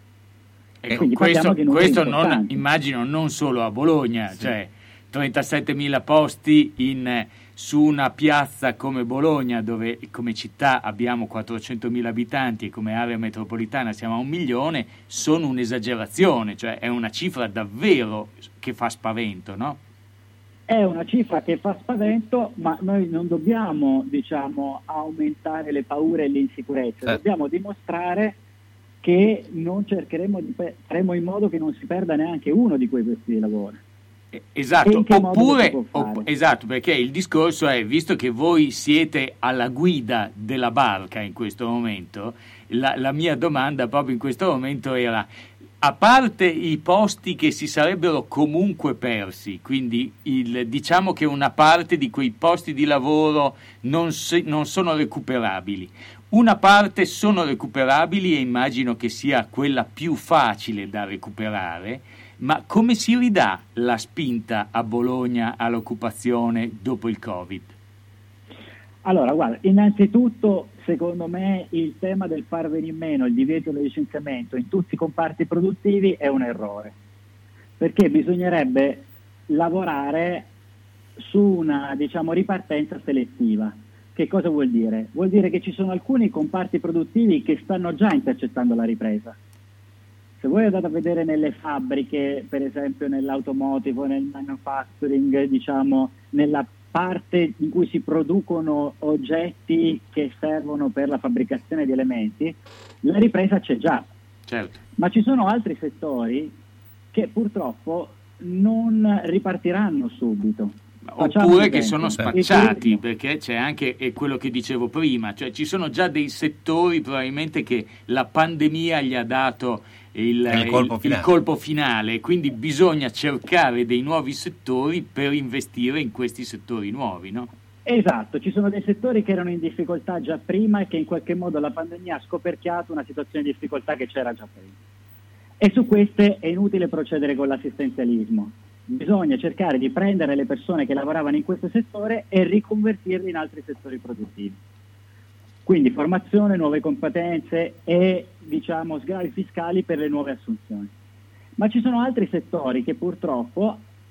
Ecco, questo, questo non, immagino non solo a Bologna, sì. Cioè trentasettemila posti in, su una piazza come Bologna, dove come città abbiamo quattrocentomila abitanti e come area metropolitana siamo a un milione, sono un'esagerazione, cioè è una cifra davvero che fa spavento, no? È una cifra che fa spavento, ma noi non dobbiamo, diciamo, aumentare le paure e l'insicurezza, sì. Dobbiamo dimostrare che non cercheremo di pe- faremo in modo che non si perda neanche uno di quei posti di lavoro. Esatto, oppure opp- esatto, perché il discorso è, visto che voi siete alla guida della barca in questo momento, la, la mia domanda proprio in questo momento era: a parte i posti che si sarebbero comunque persi, quindi il, diciamo che una parte di quei posti di lavoro non, si, non sono recuperabili, una parte sono recuperabili e immagino che sia quella più facile da recuperare, ma come si ridà la spinta a Bologna all'occupazione dopo il Covid? Allora, guarda, innanzitutto secondo me il tema del far venire meno il divieto del licenziamento in tutti i comparti produttivi è un errore, perché bisognerebbe lavorare su una, diciamo, ripartenza selettiva. Che cosa vuol dire? Vuol dire che ci sono alcuni comparti produttivi che stanno già intercettando la ripresa. Se voi andate a vedere nelle fabbriche, per esempio nell'automotive, nel manufacturing, diciamo nella parte in cui si producono oggetti che servono per la fabbricazione di elementi, la ripresa c'è già. Certo. Ma ci sono altri settori che purtroppo non ripartiranno subito. Oppure che sono spacciati, perché c'è anche è quello che dicevo prima, cioè ci sono già dei settori probabilmente che la pandemia gli ha dato il, il, colpo, il, finale. il colpo finale, quindi bisogna cercare dei nuovi settori per investire in questi settori nuovi, no? Esatto, ci sono dei settori che erano in difficoltà già prima e che in qualche modo la pandemia ha scoperchiato una situazione di difficoltà che c'era già prima, e su queste è inutile procedere con l'assistenzialismo. Bisogna cercare di prendere le persone che lavoravano in questo settore e riconvertirle in altri settori produttivi. Quindi formazione, nuove competenze e, diciamo, sgravi fiscali per le nuove assunzioni. Ma ci sono altri settori che purtroppo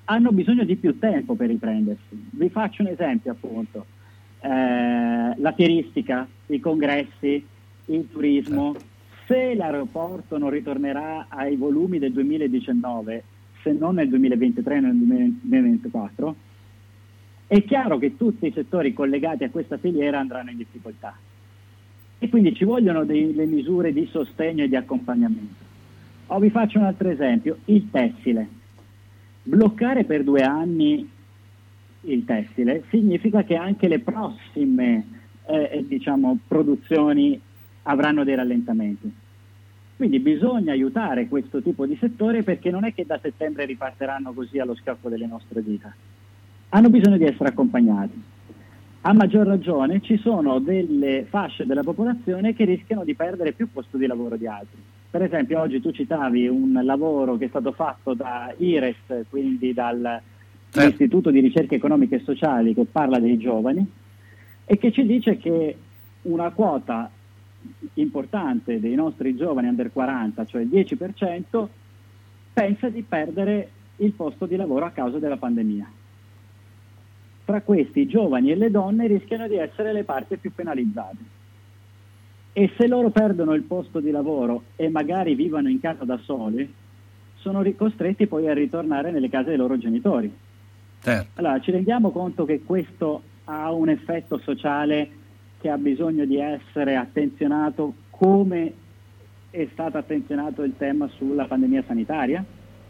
hanno bisogno di più tempo per riprendersi. Vi faccio un esempio, appunto. Eh, la fieristica, i congressi, il turismo. Se l'aeroporto non ritornerà ai volumi del duemiladiciannove, se non nel duemilaventitré, nel duemilaventiquattro, è chiaro che tutti i settori collegati a questa filiera andranno in difficoltà. E quindi ci vogliono delle misure di sostegno e di accompagnamento. O vi faccio un altro esempio, il tessile. Bloccare per due anni il tessile significa che anche le prossime eh, diciamo, produzioni avranno dei rallentamenti. Quindi bisogna aiutare questo tipo di settore, perché non è che da settembre riparteranno così allo schiocco delle nostre dita. Hanno bisogno di essere accompagnati. A maggior ragione ci sono delle fasce della popolazione che rischiano di perdere più posto di lavoro di altri. Per esempio oggi tu citavi un lavoro che è stato fatto da I R E S, quindi dall'Istituto di Ricerche Economiche e Sociali, che parla dei giovani e che ci dice che una quota importante dei nostri giovani under quaranta, cioè il dieci per cento, pensa di perdere il posto di lavoro a causa della pandemia. Tra questi i giovani e le donne rischiano di essere le parti più penalizzate. E se loro perdono il posto di lavoro e magari vivono in casa da soli, sono costretti poi a ritornare nelle case dei loro genitori. Certo. Allora ci rendiamo conto che questo ha un effetto sociale che ha bisogno di essere attenzionato, come è stato attenzionato il tema sulla pandemia sanitaria?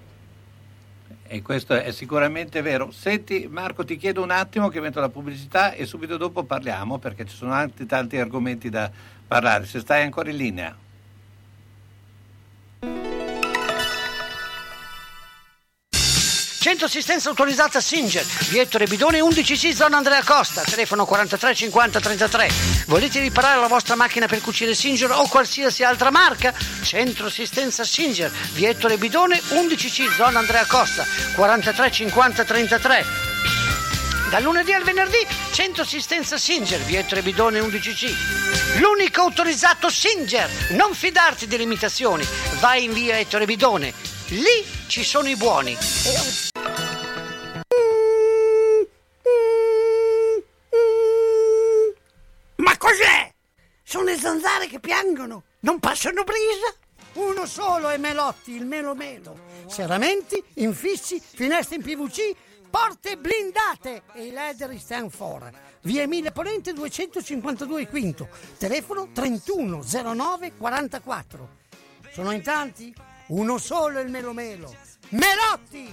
E questo è sicuramente vero. Senti Marco, ti chiedo un attimo che metto la pubblicità e subito dopo parliamo, perché ci sono tanti, tanti argomenti da parlare, se stai ancora in linea. Centro assistenza autorizzata Singer, via Ettore Bidone undici C, zona Andrea Costa, telefono quarantatré cinquanta trentatré. Volete riparare la vostra macchina per cucire Singer o qualsiasi altra marca? Centro assistenza Singer, via Ettore Bidone undici C, zona Andrea Costa, quarantatré cinquanta trentatré. Dal lunedì al venerdì, centro assistenza Singer, via Ettore Bidone undici C. L'unico autorizzato Singer. Non fidarti delle imitazioni. Vai in via Ettore Bidone. Lì ci sono i buoni. Ma cos'è? Sono le zanzare che piangono. Non passano brisa? Uno solo è Melotti, il Melo Melo. Serramenti, infissi, finestre in P V C, porte blindate e i leder stand for. Via Emile Ponente duecentocinquantadue Quinto, telefono trentuno zero nove quarantaquattro. Sono in tanti? Uno solo è il Melo Melo. Melotti!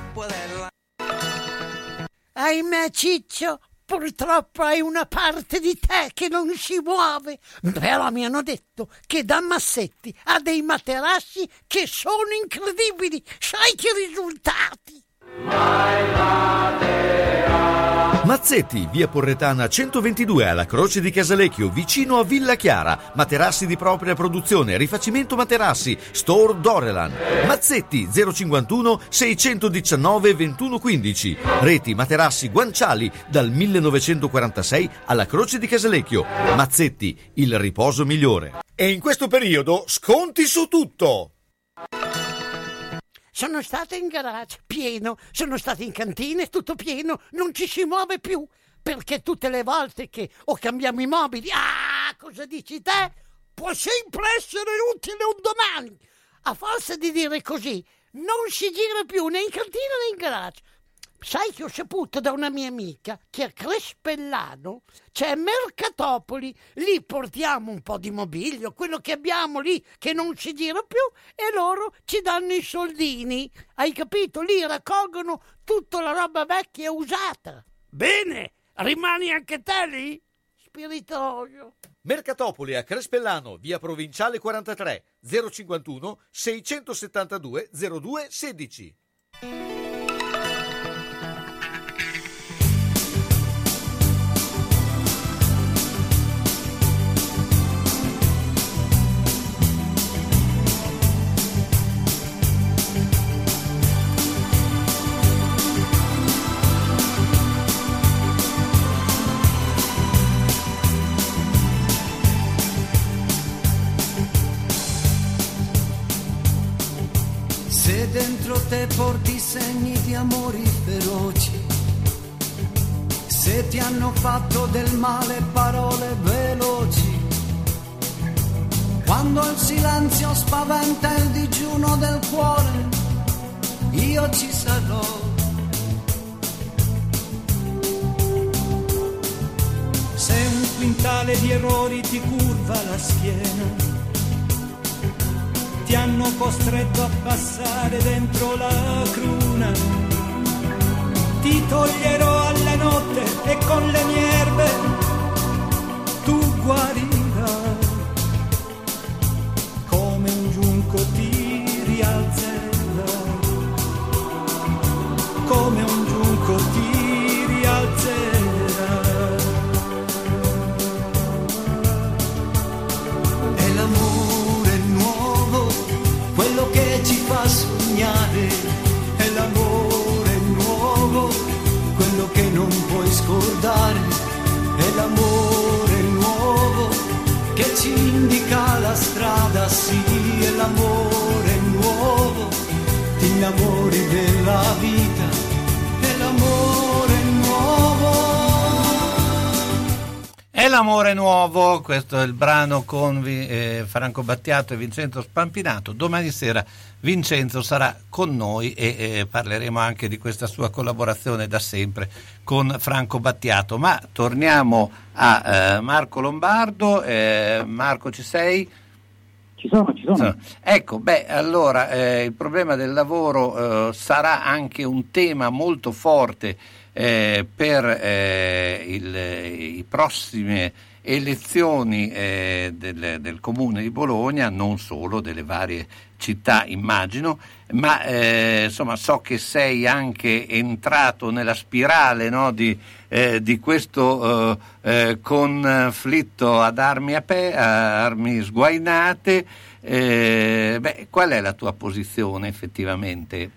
Ahimè Ciccio, purtroppo hai una parte di te che non si muove. Però mi hanno detto che da Massetti ha dei materassi che sono incredibili. Sai che risultati? Mazzetti, via Porretana centoventidue alla Croce di Casalecchio, vicino a Villa Chiara. Materassi di propria produzione, rifacimento materassi, Store Dorelan. Mazzetti zero cinquantuno seicentodiciannove ventuno quindici. Reti materassi guanciali dal millenovecentoquarantasei alla Croce di Casalecchio. Mazzetti, il riposo migliore. E in questo periodo sconti su tutto. Sono stata in garage, pieno, sono stata in cantina, tutto pieno, non ci si muove più, perché tutte le volte che o cambiamo i mobili, ah, cosa dici te? Può sempre essere utile un domani. A forza di dire così, non si gira più né in cantina né in garage. Sai che ho saputo da una mia amica che a Crespellano c'è Mercatopoli, lì portiamo un po' di mobilio, quello che abbiamo lì che non si gira più, e loro ci danno i soldini, hai capito? Lì raccolgono tutta la roba vecchia e usata. Bene, rimani anche te lì? Spiritoso. Mercatopoli a Crespellano, via Provinciale quarantatré, zero cinquantuno seicentosettantadue zero due sedici. dentro te porti segni di amori feroci, se ti hanno fatto del male parole veloci, quando il silenzio spaventa il digiuno del cuore, io ci sarò. Se un quintale di errori ti curva la schiena, ti hanno costretto a passare dentro la cruna, ti toglierò alla notte e con le mie erbe tu guarirai, come un giunco ti rialzerai, come un giunco ti rialzerai. È l'amore nuovo quello che ci fa sognare, è l'amore nuovo quello che non puoi scordare, è l'amore nuovo che ci indica la strada, sì, è l'amore nuovo, ti innamori della vita, è l'amore nuovo. È l'amore nuovo, questo è il brano con eh, Franco Battiato e Vincenzo Spampinato. Domani sera Vincenzo sarà con noi e eh, parleremo anche di questa sua collaborazione da sempre con Franco Battiato. Ma torniamo a eh, Marco Lombardo. Eh, Marco, ci sei? Ci sono, ci sono. Ecco, beh, allora eh, il problema del lavoro eh, sarà anche un tema molto forte eh, per eh, il, i prossime elezioni eh, del, del Comune di Bologna, non solo, delle varie città immagino, ma eh, insomma so che sei anche entrato nella spirale, no, di, eh, di questo eh, eh, conflitto ad armi, ape- a armi sguainate. Eh, beh, qual è la tua posizione effettivamente?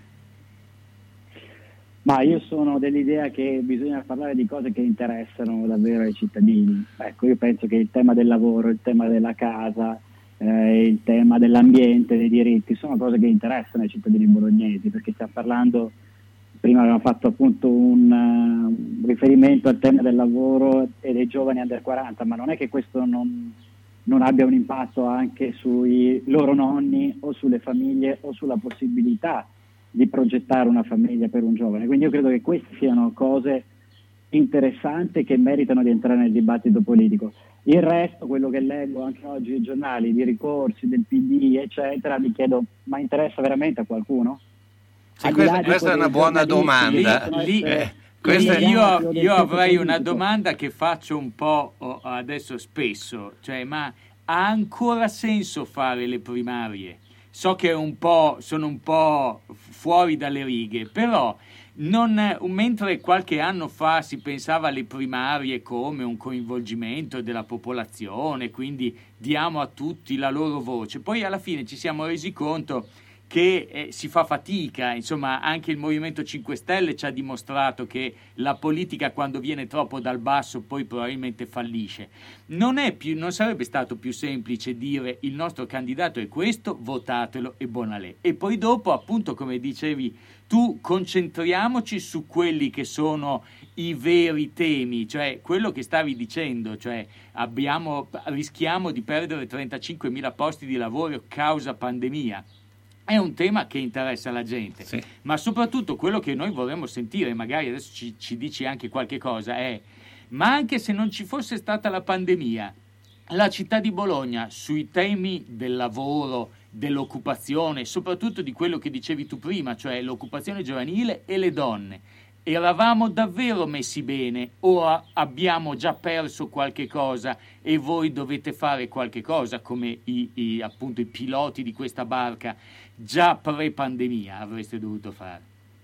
Ma io sono dell'idea che bisogna parlare di cose che interessano davvero ai cittadini. Ecco, io penso che il tema del lavoro, il tema della casa, eh, il tema dell'ambiente, dei diritti, sono cose che interessano ai cittadini bolognesi, perché stiamo parlando, prima avevamo fatto appunto un uh, riferimento al tema del lavoro e dei giovani under quaranta, ma non è che questo non, non abbia un impatto anche sui loro nonni o sulle famiglie o sulla possibilità di progettare una famiglia per un giovane. Quindi io credo che queste siano cose interessanti che meritano di entrare nel dibattito politico. Il resto, quello che leggo anche oggi nei giornali, di ricorsi del P D, eccetera, mi chiedo, ma interessa veramente a qualcuno? Sì, questa, questa è una buona domanda. Lì, eh, questa io, io avrei una domanda che faccio un po' adesso spesso, cioè, ma ha ancora senso fare le primarie? So che è un po', sono un po' fuori dalle righe, però non, mentre qualche anno fa si pensava alle primarie come un coinvolgimento della popolazione, quindi diamo a tutti la loro voce, poi alla fine ci siamo resi conto che eh, si fa fatica, insomma anche il Movimento cinque Stelle ci ha dimostrato che la politica quando viene troppo dal basso poi probabilmente fallisce. Non è più, non sarebbe stato più semplice dire il nostro candidato è questo, votatelo e buonalè, e poi dopo appunto come dicevi tu concentriamoci su quelli che sono i veri temi, cioè quello che stavi dicendo, cioè abbiamo, rischiamo di perdere trentacinquemila posti di lavoro causa pandemia. È un tema che interessa la gente, sì. Ma soprattutto quello che noi vorremmo sentire, magari adesso ci, ci dici anche qualche cosa, è ma anche se non ci fosse stata la pandemia, la città di Bologna sui temi del lavoro, dell'occupazione, soprattutto di quello che dicevi tu prima, cioè l'occupazione giovanile e le donne, eravamo davvero messi bene o a, abbiamo già perso qualche cosa e voi dovete fare qualche cosa come i, i, appunto i piloti di questa barca già pre-pandemia avreste dovuto fare?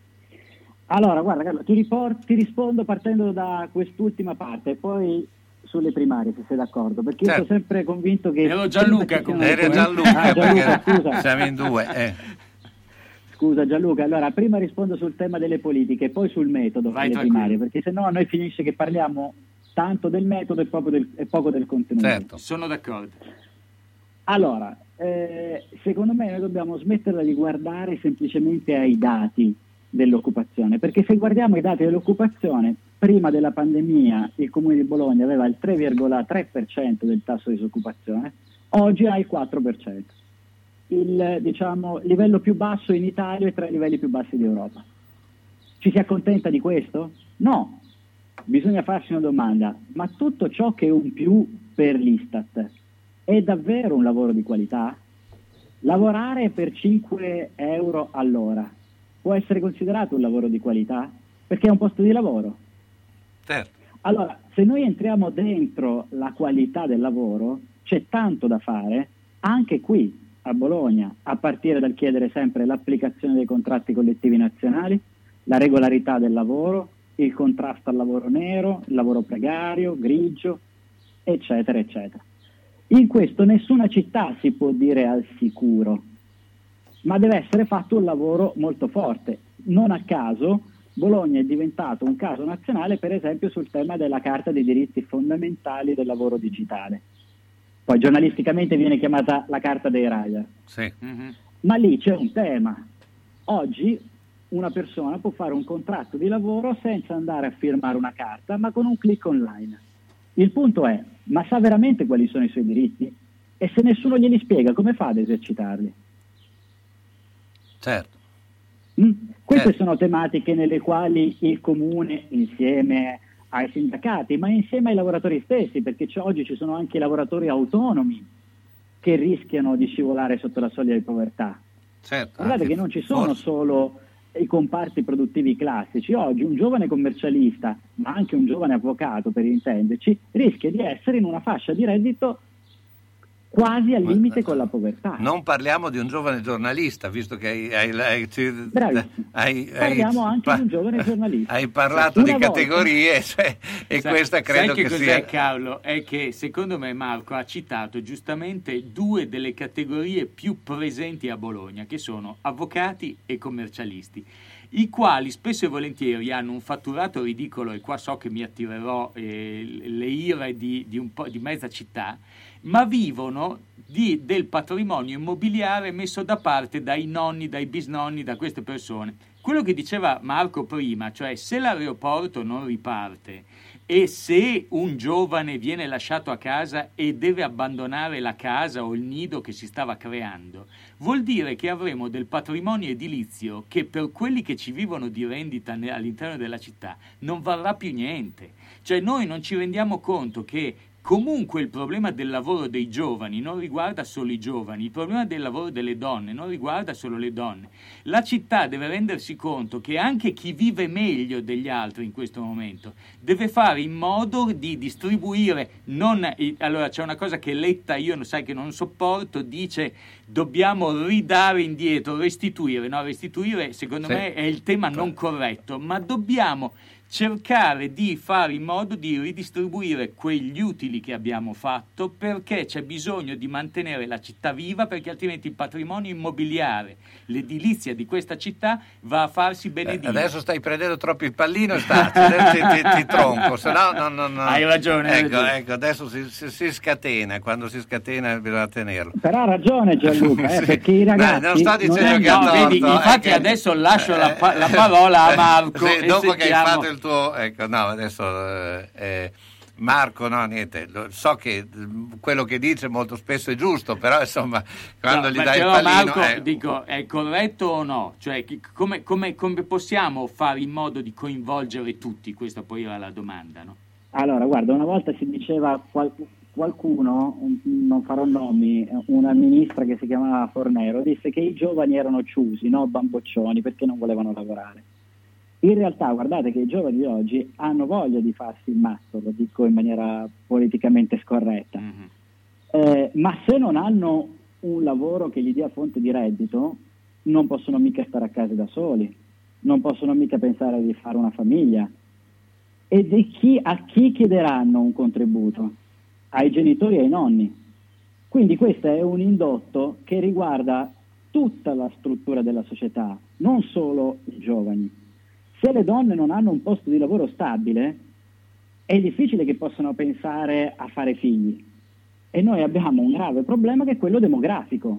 Allora, guarda Carlo, ti, riport- ti rispondo partendo da quest'ultima parte, poi sulle primarie, se sei d'accordo, perché certo. Io sono sempre convinto che... Ero Gianluca comunque. Era Gianluca, ah, Gianluca scusa. Siamo in due. Eh. Scusa Gianluca, allora prima rispondo sul tema delle politiche e poi sul metodo Vai delle primarie, perché sennò a noi finisce che parliamo tanto del metodo e poco del, e poco del contenuto. Certo. Sono d'accordo. Allora, eh, secondo me noi dobbiamo smetterla di guardare semplicemente ai dati dell'occupazione, perché se guardiamo i dati dell'occupazione, prima della pandemia il Comune di Bologna aveva il tre virgola tre per cento del tasso di disoccupazione, oggi ha il quattro per cento. Il diciamo, livello più basso in Italia è tra i livelli più bassi d'Europa. Ci si accontenta di questo? No. Bisogna farsi una domanda, ma tutto ciò che è un più per l'Istat è davvero un lavoro di qualità? Lavorare per cinque euro all'ora può essere considerato un lavoro di qualità? Perché è un posto di lavoro. Certo. Allora, se noi entriamo dentro la qualità del lavoro, c'è tanto da fare anche qui a Bologna, a partire dal chiedere sempre l'applicazione dei contratti collettivi nazionali, la regolarità del lavoro, il contrasto al lavoro nero, il lavoro precario, grigio, eccetera, eccetera. In questo nessuna città si può dire al sicuro, ma deve essere fatto un lavoro molto forte. Non a caso Bologna è diventato un caso nazionale, per esempio, sul tema della Carta dei diritti fondamentali del lavoro digitale. Poi giornalisticamente viene chiamata la Carta dei Rider. Sì. Mm-hmm. Ma lì c'è un tema. Oggi una persona può fare un contratto di lavoro senza andare a firmare una carta, ma con un click online. Il punto è, ma sa veramente quali sono i suoi diritti? E se nessuno glieli spiega, come fa ad esercitarli? Certo. Mm? Queste certo. sono tematiche nelle quali il Comune, insieme ai sindacati, ma insieme ai lavoratori stessi, perché oggi ci sono anche i lavoratori autonomi che rischiano di scivolare sotto la soglia di povertà. Certo, Guardate che non ci sono forse. solo i comparti produttivi classici. Oggi un giovane commercialista, ma anche un giovane avvocato, per intenderci, rischia di essere in una fascia di reddito quasi al limite con la povertà. Non parliamo di un giovane giornalista, visto che hai, hai, hai, hai, parliamo hai, anche pa- di un giovane giornalista. Hai parlato Una di volta... categorie, cioè, e sai, questa credo sai che, che cos'è, sia... Carlo? È che secondo me Marco ha citato giustamente due delle categorie più presenti a Bologna, che sono avvocati e commercialisti, i quali spesso e volentieri hanno un fatturato ridicolo, e qua so che mi attirerò eh, le ire di, di, un po', di mezza città, ma vivono di, del patrimonio immobiliare messo da parte dai nonni, dai bisnonni, da queste persone. Quello che diceva Marco prima, cioè se l'aeroporto non riparte e se un giovane viene lasciato a casa e deve abbandonare la casa o il nido che si stava creando, vuol dire che avremo del patrimonio edilizio che per quelli che ci vivono di rendita all'interno della città non varrà più niente. Cioè noi non ci rendiamo conto che comunque il problema del lavoro dei giovani non riguarda solo i giovani, il problema del lavoro delle donne non riguarda solo le donne. La città deve rendersi conto che anche chi vive meglio degli altri in questo momento deve fare in modo di distribuire, non, allora c'è una cosa che Letta io sai che non sopporto, dice dobbiamo ridare indietro, restituire, no, restituire secondo sì. me è il tema non corretto, ma dobbiamo cercare di fare in modo di ridistribuire quegli utili che abbiamo fatto, perché c'è bisogno di mantenere la città viva, perché altrimenti il patrimonio immobiliare, l'edilizia di questa città va a farsi benedire. Eh, adesso stai prendendo troppo il pallino e stacci, adesso ti, ti, ti tronco, se no non, non, non... Hai ragione. Ecco, hai ragione. ecco adesso si, si, si scatena, quando si scatena bisogna tenerlo. Però ha ragione Gianluca, eh, sì. perché i ragazzi... No, non sto dicendo non che ha no, torto. vedi, infatti eh, adesso lascio la, pa- la parola a Marco. Sì, e dopo sentiamo... che hai fatto il tuo... Ecco, no, adesso... Eh, eh, Marco, no, niente, lo, so che quello che dice molto spesso è giusto, però insomma, quando no, gli dai il però pallino... Marco, eh... dico, è corretto o no? Cioè, come, come, come possiamo fare in modo di coinvolgere tutti? Questa poi era la domanda, no? Allora, guarda, una volta si diceva qual, qualcuno, non farò nomi, una ministra che si chiamava Fornero, disse che i giovani erano ciusi, no bamboccioni, perché non volevano lavorare. In realtà guardate che i giovani di oggi hanno voglia di farsi il mazzo, lo dico in maniera politicamente scorretta, mm-hmm. eh, ma se non hanno un lavoro che gli dia fonte di reddito non possono mica stare a casa da soli, non possono mica pensare di fare una famiglia. E di chi, a chi chiederanno un contributo? Ai genitori e ai nonni. Quindi questo è un indotto che riguarda tutta la struttura della società, non solo i giovani. Se le donne non hanno un posto di lavoro stabile, è difficile che possano pensare a fare figli. e noi abbiamo un grave problema che è quello demografico.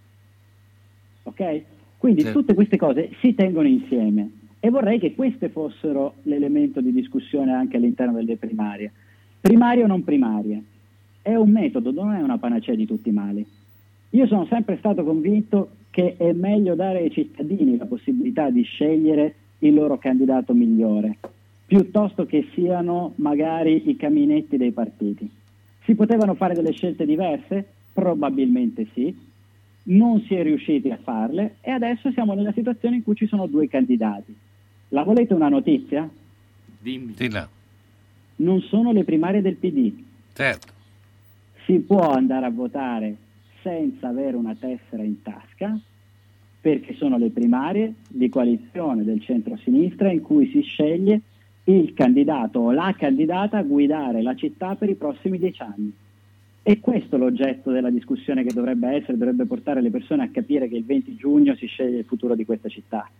Ok? Quindi Sì. tutte queste cose si tengono insieme e vorrei che queste fossero l'elemento di discussione anche all'interno delle primarie. Primarie o non primarie? È un metodo, non è una panacea di tutti i mali. Io sono sempre stato convinto che è meglio dare ai cittadini la possibilità di scegliere il loro candidato migliore, piuttosto che siano magari i caminetti dei partiti. Si potevano fare delle scelte diverse? Probabilmente sì. Non si è riusciti a farle e adesso siamo nella situazione in cui ci sono due candidati. La volete una notizia? Dimmi. Sì, là. Non sono le primarie del P D. Certo. Si può andare a votare senza avere una tessera in tasca, perché sono le primarie di coalizione del centro-sinistra in cui si sceglie il candidato o la candidata a guidare la città per i prossimi dieci anni. E questo è l'oggetto della discussione che dovrebbe essere, dovrebbe portare le persone a capire che il venti giugno si sceglie il futuro di questa città.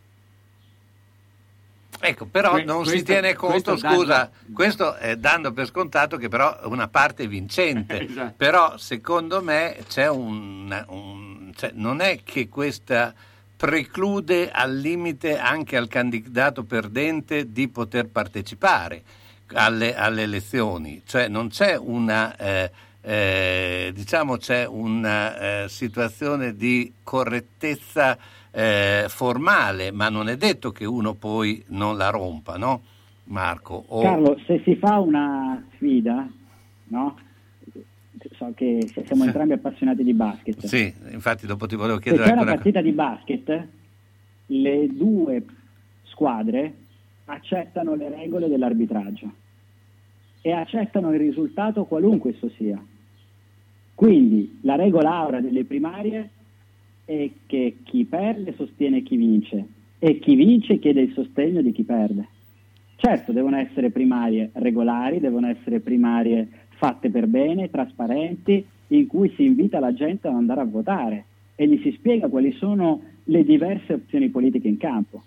Ecco, però Que- non questo- si tiene conto, questo scusa, dando- questo è dando per scontato che però è una parte vincente, Esatto. però secondo me c'è un, un cioè, non è che questa preclude al limite anche al candidato perdente di poter partecipare alle, alle elezioni, cioè non c'è una eh, eh, diciamo c'è una eh, situazione di correttezza eh, formale, ma non è detto che uno poi non la rompa, no Marco? O... Carlo, se si fa una sfida, no? So che siamo entrambi appassionati di basket. Sì, infatti dopo ti volevo Se chiedere c'è una ancora... partita di basket, le due squadre accettano le regole dell'arbitraggio e accettano il risultato qualunque esso sia. Quindi la regola aura delle primarie è che chi perde sostiene chi vince e chi vince chiede il sostegno di chi perde. Certo, devono essere primarie regolari, devono essere primarie fatte per bene, trasparenti, in cui si invita la gente ad andare a votare e gli si spiega quali sono le diverse opzioni politiche in campo.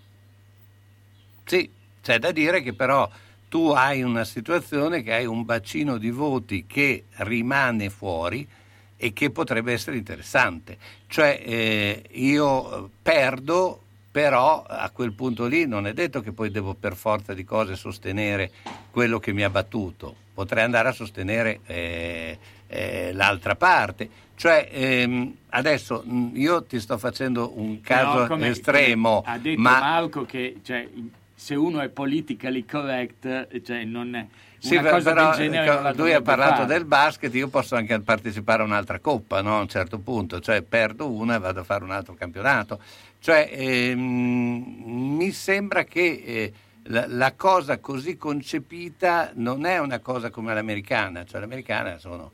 Sì, c'è da dire che però tu hai una situazione che hai un bacino di voti che rimane fuori e che potrebbe essere interessante. Cioè eh, io perdo, però a quel punto lì non è detto che poi devo per forza di cose sostenere quello che mi ha battuto. Potrei andare a sostenere eh, eh, l'altra parte. Cioè ehm, adesso mh, io ti sto facendo un caso Però, come- estremo, come ha detto ma Marco che cioè, se uno è politically correct, cioè non è sì, una cosa però del genere non la lui ha dovrebbe parlato fare. del basket, io posso anche partecipare a un'altra coppa, no? A un certo punto, cioè perdo una e vado a fare un altro campionato. Cioè ehm, mi sembra che eh, la, la cosa così concepita non è una cosa come l'americana, cioè l'americana sono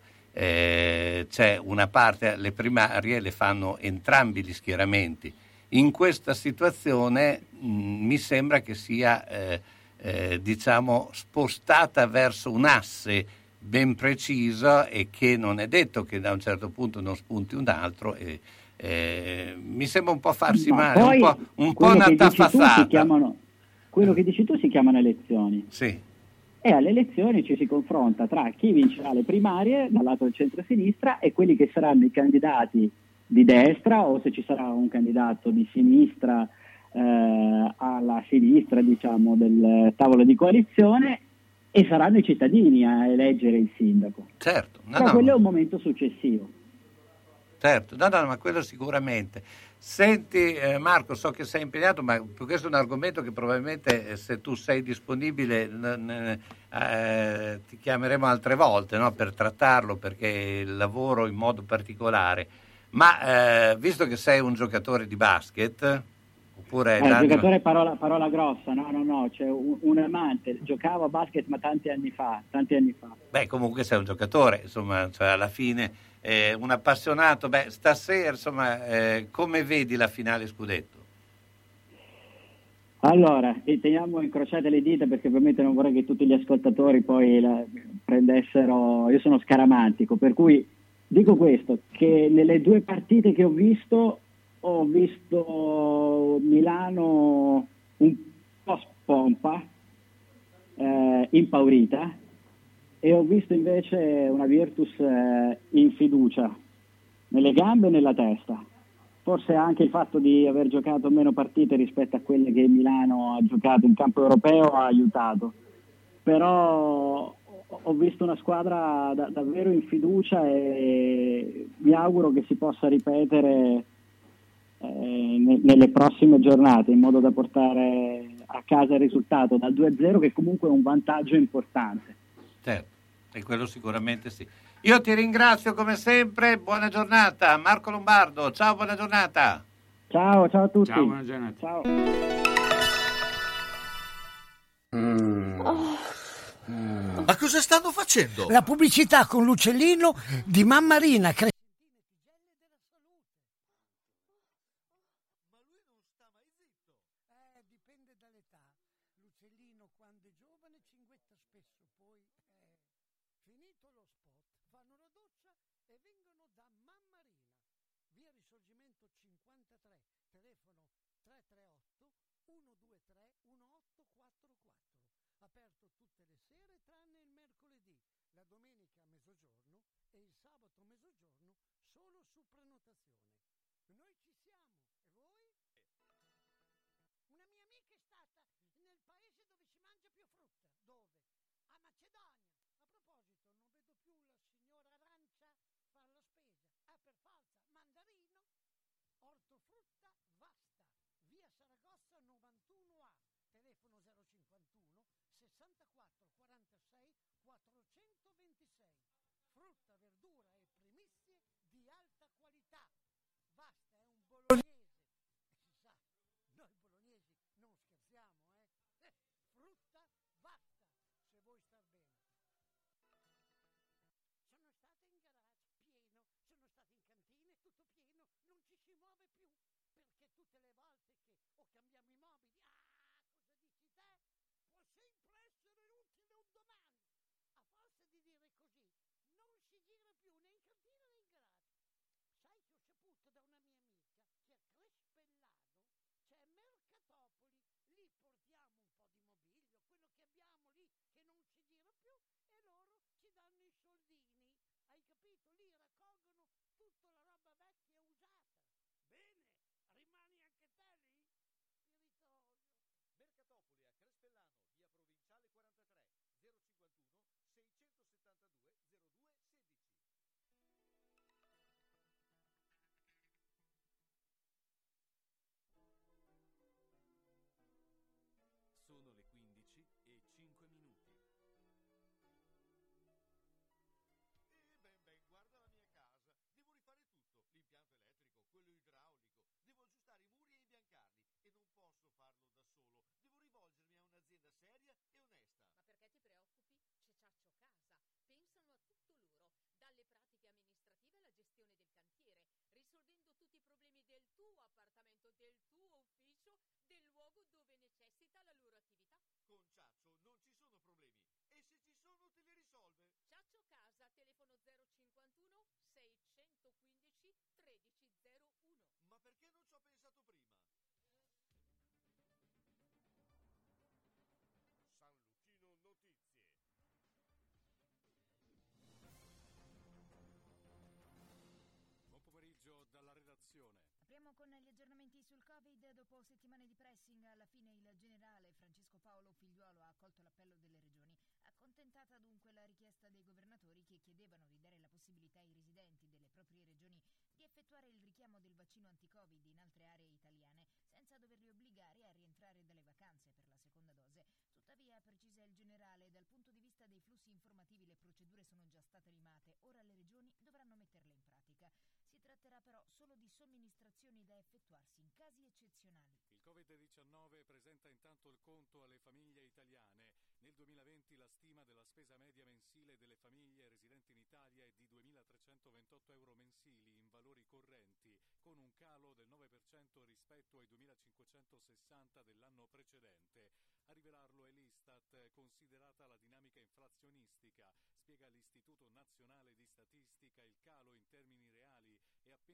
eh, c'è una parte, le primarie le fanno entrambi gli schieramenti. In questa situazione mh, mi sembra che sia eh, eh, diciamo spostata verso un asse ben preciso e che non è detto che da un certo punto non spunti un altro e eh, mi sembra un po' farsi Ma male, poi un po', un po' quello una che dici tu si tafazzata. chiamano, quello che dici tu si chiamano elezioni. Sì. E alle elezioni ci si confronta tra chi vincerà le primarie dal lato del centro-sinistra e quelli che saranno i candidati di destra, o se ci sarà un candidato di sinistra eh, alla sinistra, diciamo, del tavolo di coalizione, e saranno i cittadini a eleggere il sindaco. Certo, no, Però no. quello è un momento successivo. Certo, no, no, ma quello sicuramente. Senti eh, Marco, so che sei impegnato, ma questo è un argomento che probabilmente eh, se tu sei disponibile n- n- eh, ti chiameremo altre volte, no, per trattarlo, perché lavoro in modo particolare. Ma eh, visto che sei un giocatore di basket, oppure Eh, l'anima- giocatore è parola, parola grossa, no, no, no, c'è un, un amante, giocavo a basket ma tanti anni fa, tanti anni fa. beh, comunque sei un giocatore, insomma, cioè alla fine eh, un appassionato. Beh, stasera, insomma, eh, come vedi la finale scudetto? Allora, e teniamo incrociate le dita perché ovviamente non vorrei che tutti gli ascoltatori poi la prendessero, io sono scaramantico, per cui dico questo, che nelle due partite che ho visto, ho visto Milano un po' spompa, eh, impaurita, e ho visto invece una Virtus eh, in fiducia, nelle gambe e nella testa. Forse anche il fatto di aver giocato meno partite rispetto a quelle che Milano ha giocato in campo europeo ha aiutato. Però ho visto una squadra da, davvero in fiducia e mi auguro che si possa ripetere eh, ne, nelle prossime giornate, in modo da portare a casa il risultato dal due a zero, che comunque è un vantaggio importante. Certo, e quello sicuramente sì. Io ti ringrazio come sempre, buona giornata. Marco Lombardo, ciao, buona giornata. Ciao, ciao a tutti. Ciao, buona giornata. Ciao. Mm. Ma cosa stanno facendo? La pubblicità con l'uccellino di Mammarina. Cre- Eh, dipende dall'età. L'uccellino quando è giovane cinguetta spesso, poi eh, finito lo spot fanno la doccia e vengono da Mammarina. Via Risorgimento cinquantatré, telefono tre tre otto uno due tre uno otto quattro quattro. Aperto tutte le sere tranne il mercoledì, la domenica a mezzogiorno e il sabato a mezzogiorno solo su prenotazione. Noi ci siamo, e voi? Una mia amica è stata nel paese dove si mangia più frutta. Dove? A Macedonia. A proposito, non vedo più la signora Arancia fare la spesa. Ah, per falsa, mandarino, ortofrutta Vasta, via Saragozza novantuno A, telefono zero cinquantuno sessantaquattro quarantasei quattrocentoventisei. Frutta, verdura e primizie di alta qualità. Vasta è un bolognese. E si sa, noi bolognesi non scherziamo, eh? eh frutta Vasta, se vuoi star bene. Sono stata in garage, pieno. Sono stata in cantina, tutto pieno. Non ci si muove più, perché tutte le volte che o cambiamo i mobili, ah, cosa dici te? Può sempre essere utile un domani. A forza di dire così, non si gira più né in cantina né in garage. Sai che ho saputo da una mia amica che a Crespellano c'è Mercatopoli, lì portiamo un po' di mobilio, quello che abbiamo lì che non si gira più, e loro ci danno i soldini. Hai capito? Lì raccolgono tutta la roba vecchia e usata. Bene, rimani anche te lì? Spiritoso. Mercatopoli a Crespellano, via Provinciale quarantatré, zero cinquantuno seicentosettantadue zero due sedici. Sono le quindici e cinque minuti. Eh ben ben, guarda la mia casa. Devo rifare tutto, l'impianto elettrico, quello idraulico. Devo aggiustare i muri e imbiancarli. E non posso farlo da solo. Devo rivolgermi a un'azienda seria e onesta. Ma perché ti preoccupi? C'è Ciaccio Casa. Pensano a tutto loro, dalle pratiche amministrative alla gestione del cantiere, risolvendo tutti i problemi del tuo appartamento, del tuo ufficio, del luogo dove necessita la loro attività. Con Ciaccio non ci sono problemi. E se ci sono te li risolve. Ciaccio Casa, telefono zero cinquantuno seicentoquindici tredici zero uno. Ma perché non ci ho pensato prima? San Luchino Notizie. Buon pomeriggio dalla redazione. Apriamo con gli aggiornamenti sul Covid. Dopo settimane di pressing, alla fine il generale Francesco Paolo Figliuolo ha accolto l'appello delle regioni. Accontentata dunque la richiesta dei governatori che chiedevano di dare la possibilità ai residenti delle proprie regioni di effettuare il richiamo del vaccino anti-Covid in altre aree italiane, senza doverli obbligare a rientrare dalle vacanze per la seconda dose. Tuttavia, precisa il generale, dal punto di vista dei flussi informativi le procedure sono già state limate, ora le regioni dovranno metterle in pratica. Si tratterà però solo di somministrazioni da effettuarsi in casi eccezionali. Il covid diciannove presenta intanto il conto alle famiglie italiane. Nel duemilaventi la stima della spesa media mensile delle famiglie residenti in Italia è di duemilatrecentoventotto euro mensili in valori correnti, con un calo del nove per cento rispetto ai duemilacinquecentosessanta dell'anno precedente. A rivelarlo è l'Istat, considerata la dinamica inflazionistica. Spiega l'Istituto Nazionale di Statistica, il calo in termini reali è appena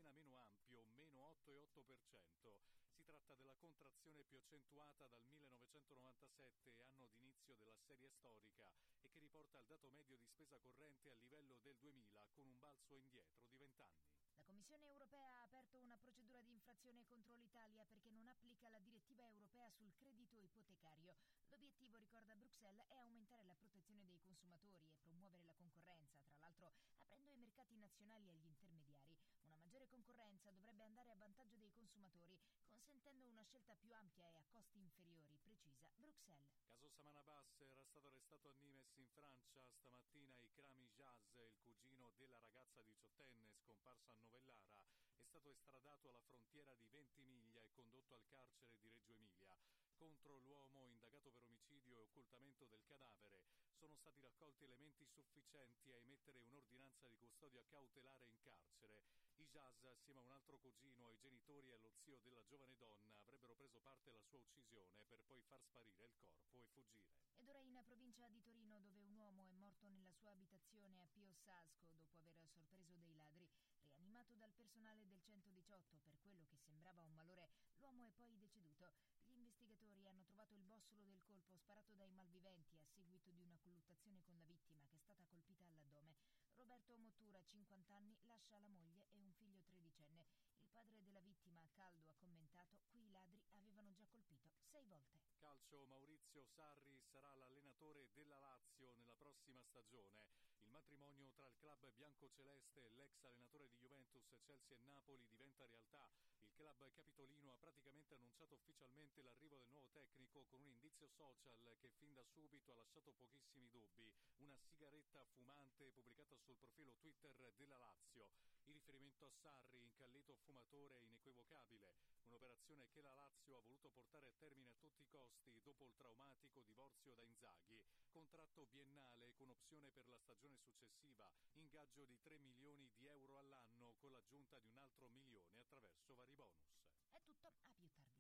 appena meno ampio, meno otto virgola otto per cento. Si tratta della contrazione più accentuata dal millenovecentonovantasette, anno d'inizio della serie storica, e che riporta il dato medio di spesa corrente a livello del duemila, con un balzo indietro di vent'anni. La Commissione europea ha aperto una procedura di infrazione contro l'Italia perché non applica la direttiva europea sul credito ipotecario. L'obiettivo, ricorda Bruxelles, è aumentare la protezione dei consumatori e promuovere la concorrenza, tra l'altro aprendo i mercati nazionali agli intermediari. Una maggiore concorrenza dovrebbe andare a vantaggio dei consumatori, consentendo una scelta più ampia e a costi inferiori, precisa Bruxelles. Caso Saman Abbas era stato arrestato a Nimes in Francia. Stamattina Ikram Ijaz, il cugino della ragazza diciottenne scomparsa a Novellara, è stato estradato alla frontiera di Ventimiglia e condotto al carcere di Reggio Emilia. Contro l'uomo indagato per omicidio e occultamento del cadavere sono stati raccolti elementi sufficienti a emettere un'ordinanza di custodia cautelare in carcere. Ijaz, assieme a un altro cugino, ai genitori e allo zio della giovane donna, avrebbero preso parte alla sua uccisione per poi far sparire il corpo e fuggire. Ed ora in provincia di Torino, dove un uomo è morto nella sua abitazione a Pio Sasco dopo aver sorpreso dei ladri. Rianimato dal personale del centodiciotto per quello che sembrava un malore, l'uomo è poi deceduto. Gli investigatori hanno trovato il bossolo del colpo sparato dai malviventi a seguito di una colluttazione con la vittima, che è stata colpita all'addome. Roberto Mottura, cinquanta anni, lascia la moglie e un figlio tredicenne. Il padre della vittima, Caldo, ha commentato: qui i ladri avevano già colpito sei volte. Calcio, Maurizio Sarri sarà l'allenatore della Lazio nella prossima stagione. Il matrimonio tra il club biancoceleste e l'ex allenatore di Juventus, Chelsea e Napoli diventa realtà. Il club capitolino ha praticamente annunciato ufficialmente l'arrivo del nuovo tecnico con un indizio social che fin da subito ha lasciato pochissimi dubbi: una sigaretta fumante pubblicata sul profilo Twitter della Lazio. Il riferimento a Sarri, incallito fumatore, è inequivocabile. Un'operazione che la Lazio ha voluto portare a termine a tutti i costi dopo il traumatico divorzio da Inzaghi. Contratto biennale con opzione per la stagione successiva, ingaggio di tre milioni di euro all'anno con l'aggiunta di un altro milione attraverso vari bonus. È tutto, a più tardi.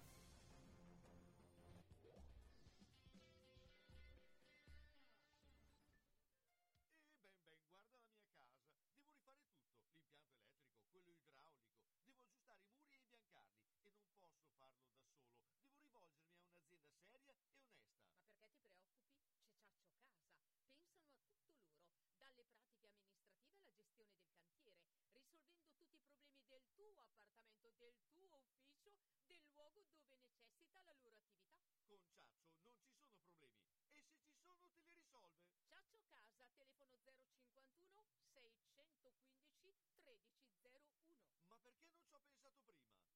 E ben ben, guarda la mia casa. Devo rifare tutto, l'impianto elettrico, quello idraulico. Devo aggiustare i muri e imbiancarli e non posso farlo da solo. Devo rivolgermi a un'azienda seria e onesta. Ma perché ti preoccupi? C'è Ciaccio Casa. Pensano a tutto loro, dalle pratiche amministrative alla gestione del cantiere, risolvendo tutti i problemi del tuo appartamento, del tuo ufficio, del luogo dove necessita la loro attività. Con Ciaccio non ci sono problemi e se ci sono te li risolve. Ciaccio Casa, telefono zero cinquantuno seicentoquindici tredici zero uno. Ma perché non ci ho pensato prima?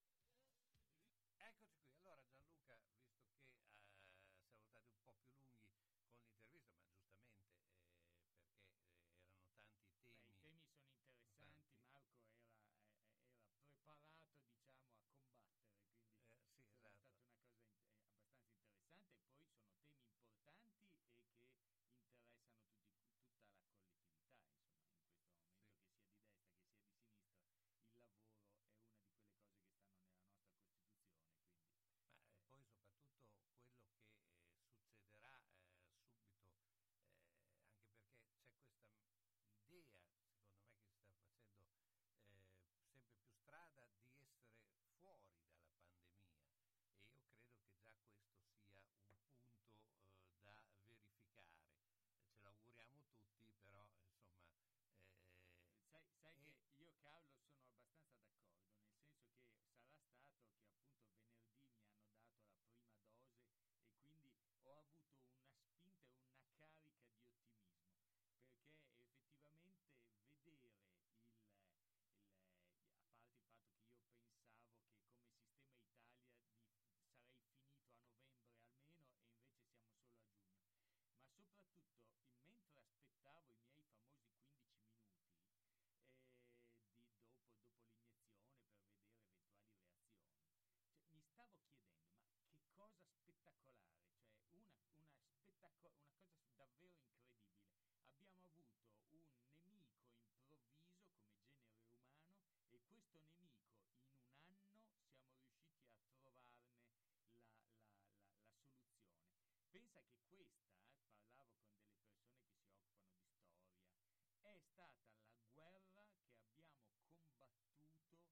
Eccoci qui. Allora Gianluca, visto che eh, siamo stati un po' più lunghi con l'intervista, ma giustamente eh, perché eh, erano tanti temi. Beh, i temi sono interessanti, tanti. Marco era, eh, era preparato, diciamo, a combattere, quindi eh, sì, è esatto. stata una cosa in, eh, abbastanza interessante, e poi sono temi importanti e che interessano tutti, tutta la collettività, insomma, in questo momento, sì. Che sia di destra che sia di sinistra, il lavoro è una di quelle cose che stanno nella nostra Costituzione, quindi ma eh, poi soprattutto quello che eh, succederà eh, subito, eh, anche perché c'è questa idea, secondo me, che si sta facendo eh, sempre più strada, di essere fuori dalla pandemia, e io credo che già questo sia un punto eh, da verificare. Ce l'auguriamo tutti, però insomma Eh, sai sai e... che io, Carlo, sono abbastanza d'accordo, nel senso che sarà stato che appunto venerdì mi hanno dato la prima dose e quindi ho avuto una spinta e una carica di ottimismo, perché effettivamente vedere il, il a parte il fatto che io pensavo che come sistema Italia di, sarei finito a novembre almeno, e invece siamo solo a giugno, ma soprattutto mentre aspettavo i miei famosi quindici minuti eh, di, dopo, dopo l'iniezione per vedere eventuali reazioni, cioè, mi stavo chiedendo: ma che cosa spettacolare, cioè una, una, spettaco- una cosa davvero incredibile. Abbiamo avuto un nemico improvviso come genere umano, e questo nemico in un anno siamo riusciti a trovarne la, la, la, la soluzione. Pensa che questa, eh, parlavo con delle persone che si occupano di storia, è stata la guerra che abbiamo combattuto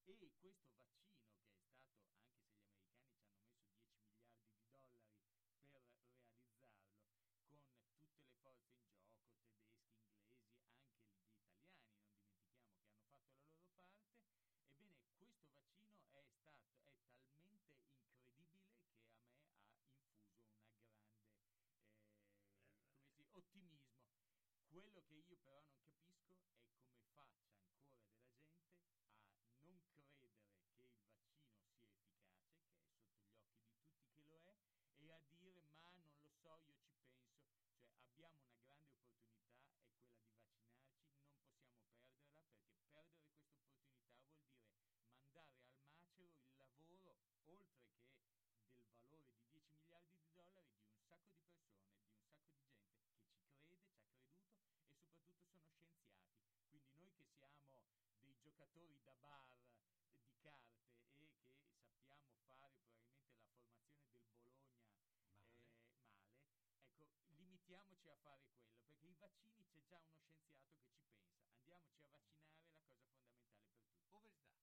e questo vaccino, che è stato, anche se gli americani ci hanno messo dieci miliardi di dollari per realizzarlo, con tutte le forze in gioco, tedeschi, inglesi, anche gli italiani, non dimentichiamo, che hanno fatto la loro parte, ebbene questo vaccino è stato è talmente incredibile che a me ha infuso una grande eh, come si, ottimismo. Quello che io però non capisco è come faccia ancora della gente a non credere che il vaccino sia efficace, che è sotto gli occhi di tutti che lo è, e a dire ma non lo so, io ci penso. Cioè abbiamo una grande opportunità, è quella di vaccinarci, non possiamo perderla, perché perdere questa opportunità vuol dire mandare al macero il lavoro, oltre che del valore di dieci miliardi di dollari, di un sacco di persone, di un sacco di gente che ci crede, ci ha creduto, e soprattutto sono scienziati. Quindi noi che siamo dei giocatori da bar di carte e che sappiamo fare probabilmente la formazione del Bologna male, eh, male ecco, limitiamoci a fare quello, perché i vaccini c'è già uno scienziato che ci pensa. Andiamoci a vaccinare, la cosa fondamentale per tutti. Poverità.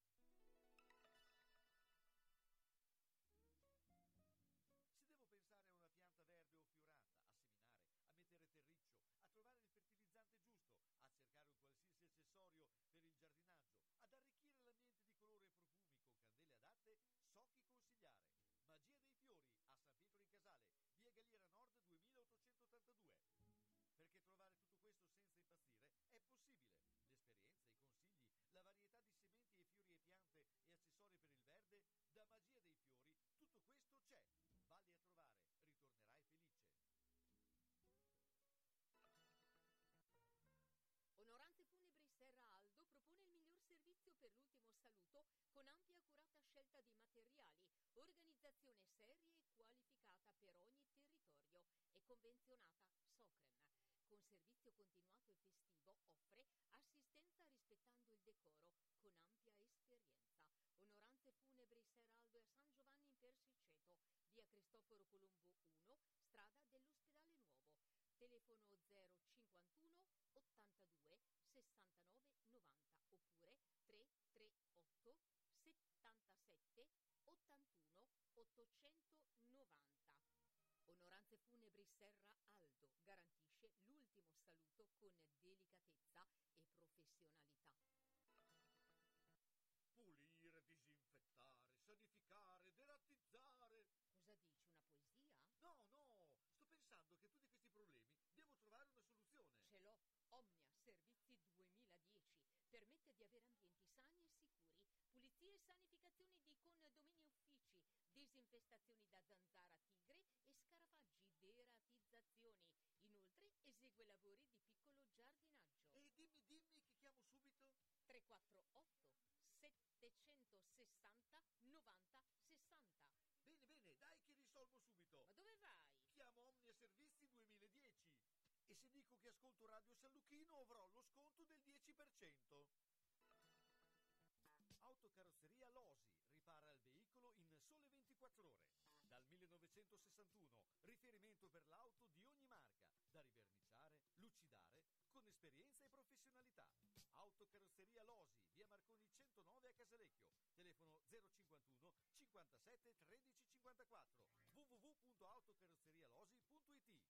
Se devo pensare a una pianta verde o fiorata, a seminare, a mettere terriccio, a trovare il fertilizzante giusto, a cercare un qualsiasi accessorio per il giardinaggio, ad arricchire l'ambiente di colori e profumi con candele adatte, so chi consigliare. Magia dei Fiori, a San Pietro in Casale, via Galliera Nord duemilaottocentottantadue. Perché trovare tutto questo senza impazzire è possibile. L'esperienza, i consigli, la varietà di sementi e fiori e piante e accessori per il verde, da Magia dei Fiori, tutto questo c'è. Valli a trovare, ritornerai felice. Onoranze Funebri Serra Aldo propone il miglior servizio per l'ultimo saluto con ampia e accurata scelta di materiali, organizzazione seria e qualificata per ogni territorio e convenzionata Socrem. Con servizio continuato e festivo offre assistenza rispettando il decoro con ampia esperienza. Onoranze Funebri Serra Aldo a San Giovanni in Persiceto, via Cristoforo Colombo uno, strada dell'Ospedale Nuovo. Telefono zero cinquantuno ottantadue sessantanove novanta oppure tre tre otto settantasette ottantuno ottocentonovanta. Onoranze Funebri Serra Aldo garantisce l'ultimo saluto con delicatezza e professionalità. Pulire, disinfettare, sanificare, derattizzare. Cosa dici, una poesia? No, no, sto pensando che a tutti questi problemi devo trovare una soluzione. Ce l'ho. Omnia Servizi duemiladieci permette di avere ambienti sani e sicuri, pulizie e sanificazioni di condomini e uffici, disinfestazioni da zanzara tigre e scarafaggi, deratizzazioni. Inoltre esegue lavori di piccolo giardinaggio. E dimmi, dimmi che chiamo subito. tre quattro otto settecentosessanta novanta sessanta. Bene, bene, dai che risolvo subito. Ma dove vai? Chiamo Omnia Servizi duemiladieci. E se dico che ascolto Radio San Lucchino avrò lo sconto del dieci per cento. Autocarrozzeria Losi ripara il veicolo in sole ventiquattro ore. Dal millenovecentosessantuno, riferimento per l'auto di ogni marca, da riverniciare, lucidare, con esperienza e professionalità. Autocarrozzeria Losi, via Marconi centonove a Casalecchio. Telefono zero cinquantuno cinquantasette tredici cinquantaquattro. w w w punto autocarrozzerialosi punto i t.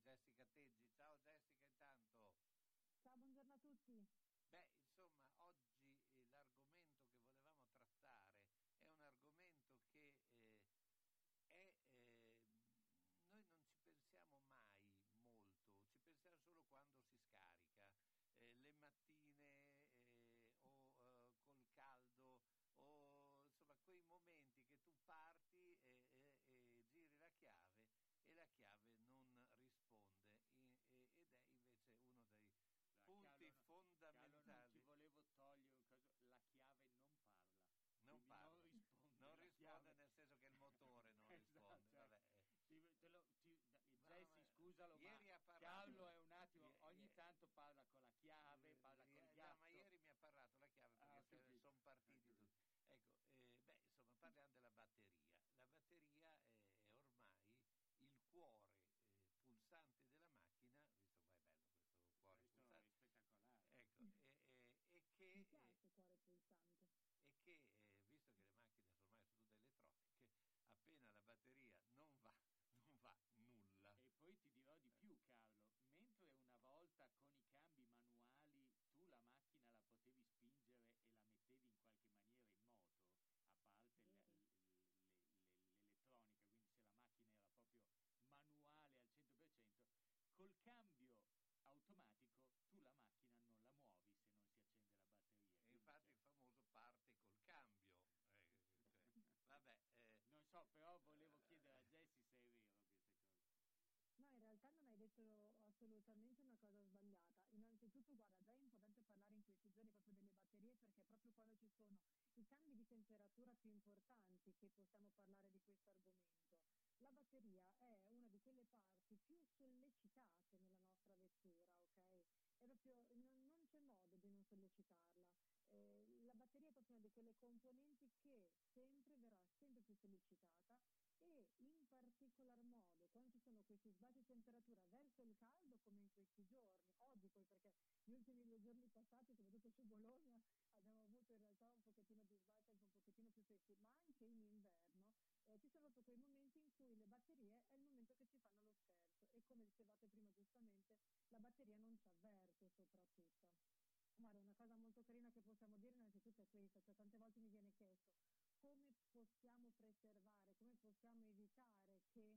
Jessica Teggi. Ciao Jessica intanto. Ciao, buongiorno a tutti. Beh, insomma, oggi eh, l'argomento che volevamo trattare è un argomento che eh, è... Eh, noi non ci pensiamo mai molto, ci pensiamo solo quando si scarica, eh, le mattine eh, o eh, col caldo, o insomma quei momenti che tu parti e, e, e giri la chiave e la chiave non risponde, e, e, ed è invece uno dei La punti Carlo, fondamentali. Carlo, non ti volevo togliere un caso, la chiave non parla. Non Quindi parla, non risponde, non la risponde chiave. nel senso che il motore non Esatto, risponde. cioè, Vabbè. ti- te lo- ti- Ma- Jessy, ma- scusalo, ieri ma ha parlato- Carlo è un attimo, Ie- ogni ie- tanto parla con la chiave, parla Eh, col no, gatto. ma ieri mi ha parlato la chiave Ah, ho perché capito, sono ho partiti capito. tutti. Ecco, eh, beh, insomma, parliamo della batteria. La batteria è, è ormai il cuore eh, pulsante della macchina, visto ma è bello questo cuore Questo pulsante. è spettacolare. Ecco, e, e- e che Mi eh, piace cuore pulsante. e che eh, visto che le macchine ormai sono tutte elettroniche, appena la batteria non va, non va nulla. E poi ti dirò di più, Carlo, mentre una volta con i cambi manuali tu la macchina la potevi spingere e la mettevi in qualche maniera in moto, a parte le- Vero. le- le- l'elettronica, quindi se la macchina era proprio manuale al cento per cento, col cambio automatico tu la macchina non la muovi se non si accende la batteria. E Quindi infatti c'è- il famoso parte col cambio. Eh, cioè, vabbè, eh, non so, però volevo chiedere a Jessy se è vero queste cose. No, in realtà non hai detto assolutamente una cosa sbagliata. Innanzitutto, guarda, già è importante parlare in questi giorni proprio delle batterie, perché è proprio quando ci sono i cambi di temperatura più importanti che possiamo parlare di questo argomento. La batteria è una di quelle parti più sollecitate nella nostra vettura, ok? È proprio, non, non c'è modo di non sollecitarla. Eh, la batteria è proprio una di quelle componenti che sempre verrà sempre più sollecitata, e in particolar modo quando ci sono questi sbalzi di temperatura verso il caldo, come in questi giorni, oggi poi, perché gli ultimi due giorni passati, soprattutto su Bologna, abbiamo avuto in realtà un pochettino di sbalzi anche un pochettino più secchi, ma anche in inverno eh, ci sono proprio quei momenti in cui le batterie è il momento che ci fanno lo scherzo, e come dicevate prima giustamente, la batteria non ci avverte soprattutto. Guarda, una cosa molto carina che possiamo dire innanzitutto è questa, cioè tante volte mi viene chiesto come possiamo preservare, come possiamo evitare che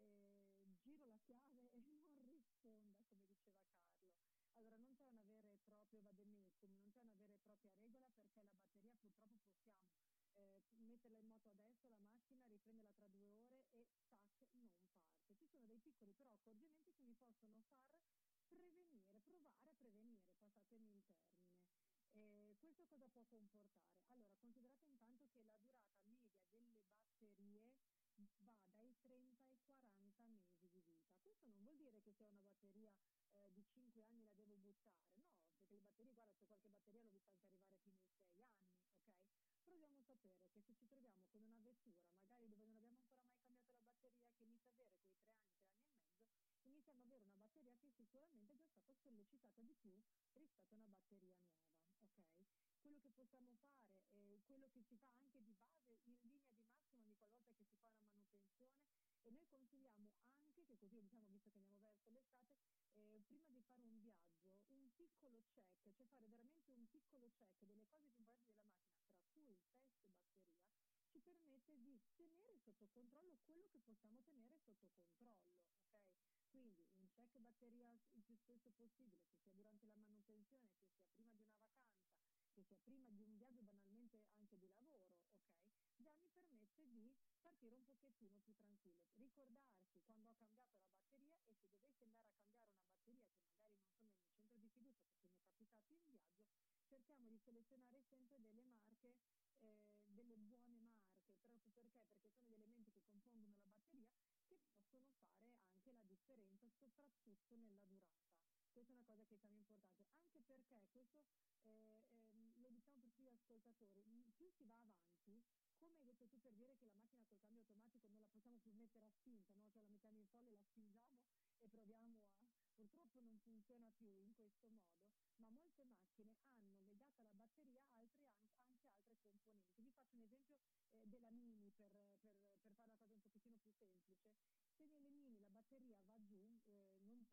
eh, giro la chiave e non risponda, come diceva Carlo. Allora, non c'è una vera e propria vademecum, non c'è una vera e propria regola, perché la batteria purtroppo possiamo eh, metterla in moto adesso, la macchina, riprenderla tra due ore e tac, non parte. Ci sono dei piccoli però accorgimenti che mi possono far prevenire, provare a prevenire, passatemi il termine. Eh, questo cosa può comportare? Allora, considerate intanto che la durata media delle batterie va dai trenta ai quaranta mesi di vita. Questo non vuol dire che se ho una batteria eh, di cinque anni la devo buttare, no, perché le batterie, guarda, c'è qualche batteria l'ho vista anche arrivare fino ai sei anni, ok? Però dobbiamo sapere che se ci troviamo con una vettura, magari dove non abbiamo ancora mai cambiato la batteria, che inizia a avere quei tre anni, tre anni e mezzo, iniziamo ad avere una batteria che sicuramente è già stata sollecitata di più rispetto a una batteria nuova, ok? Quello che possiamo fare, eh, quello che si fa anche di base in linea di massima ogni qualvolta che si fa una manutenzione, e noi consigliamo anche, che così diciamo, visto che andiamo verso l'estate, eh, prima di fare un viaggio, un piccolo check, cioè fare veramente un piccolo check delle cose più importanti della macchina, tra cui il test batteria, ci permette di tenere sotto controllo quello che possiamo tenere sotto controllo, ok? Quindi un check batteria il più spesso possibile, che sia durante la manutenzione, che sia prima di una vacanza, che sia prima di un viaggio banalmente anche di lavoro, ok? Già mi permette di partire un pochettino più tranquillo. Ricordarsi quando ho cambiato la batteria, e se dovessi andare a cambiare una batteria che magari non sono nel mio centro di fiducia perché mi è capitato in viaggio, cerchiamo di selezionare sempre delle marche, eh, delle buone marche, proprio perché? Perché sono gli elementi che compongono la batteria che possono fare anche la differenza, soprattutto nella durata. Questa è una cosa che è importante, anche perché questo eh, ehm, lo diciamo per tutti gli ascoltatori, più si va avanti, come hai detto tu, per dire che la macchina col cambio automatico non la possiamo più mettere a spinta, no? Cioè la mettiamo in folle, la spingiamo e proviamo a... Purtroppo non funziona più in questo modo, ma molte macchine hanno legata alla batteria altri, anche altre componenti. Vi faccio un esempio eh, della Mini per, per, per fare una cosa un pochettino più semplice. Se nelle Mini la batteria va giù, eh, non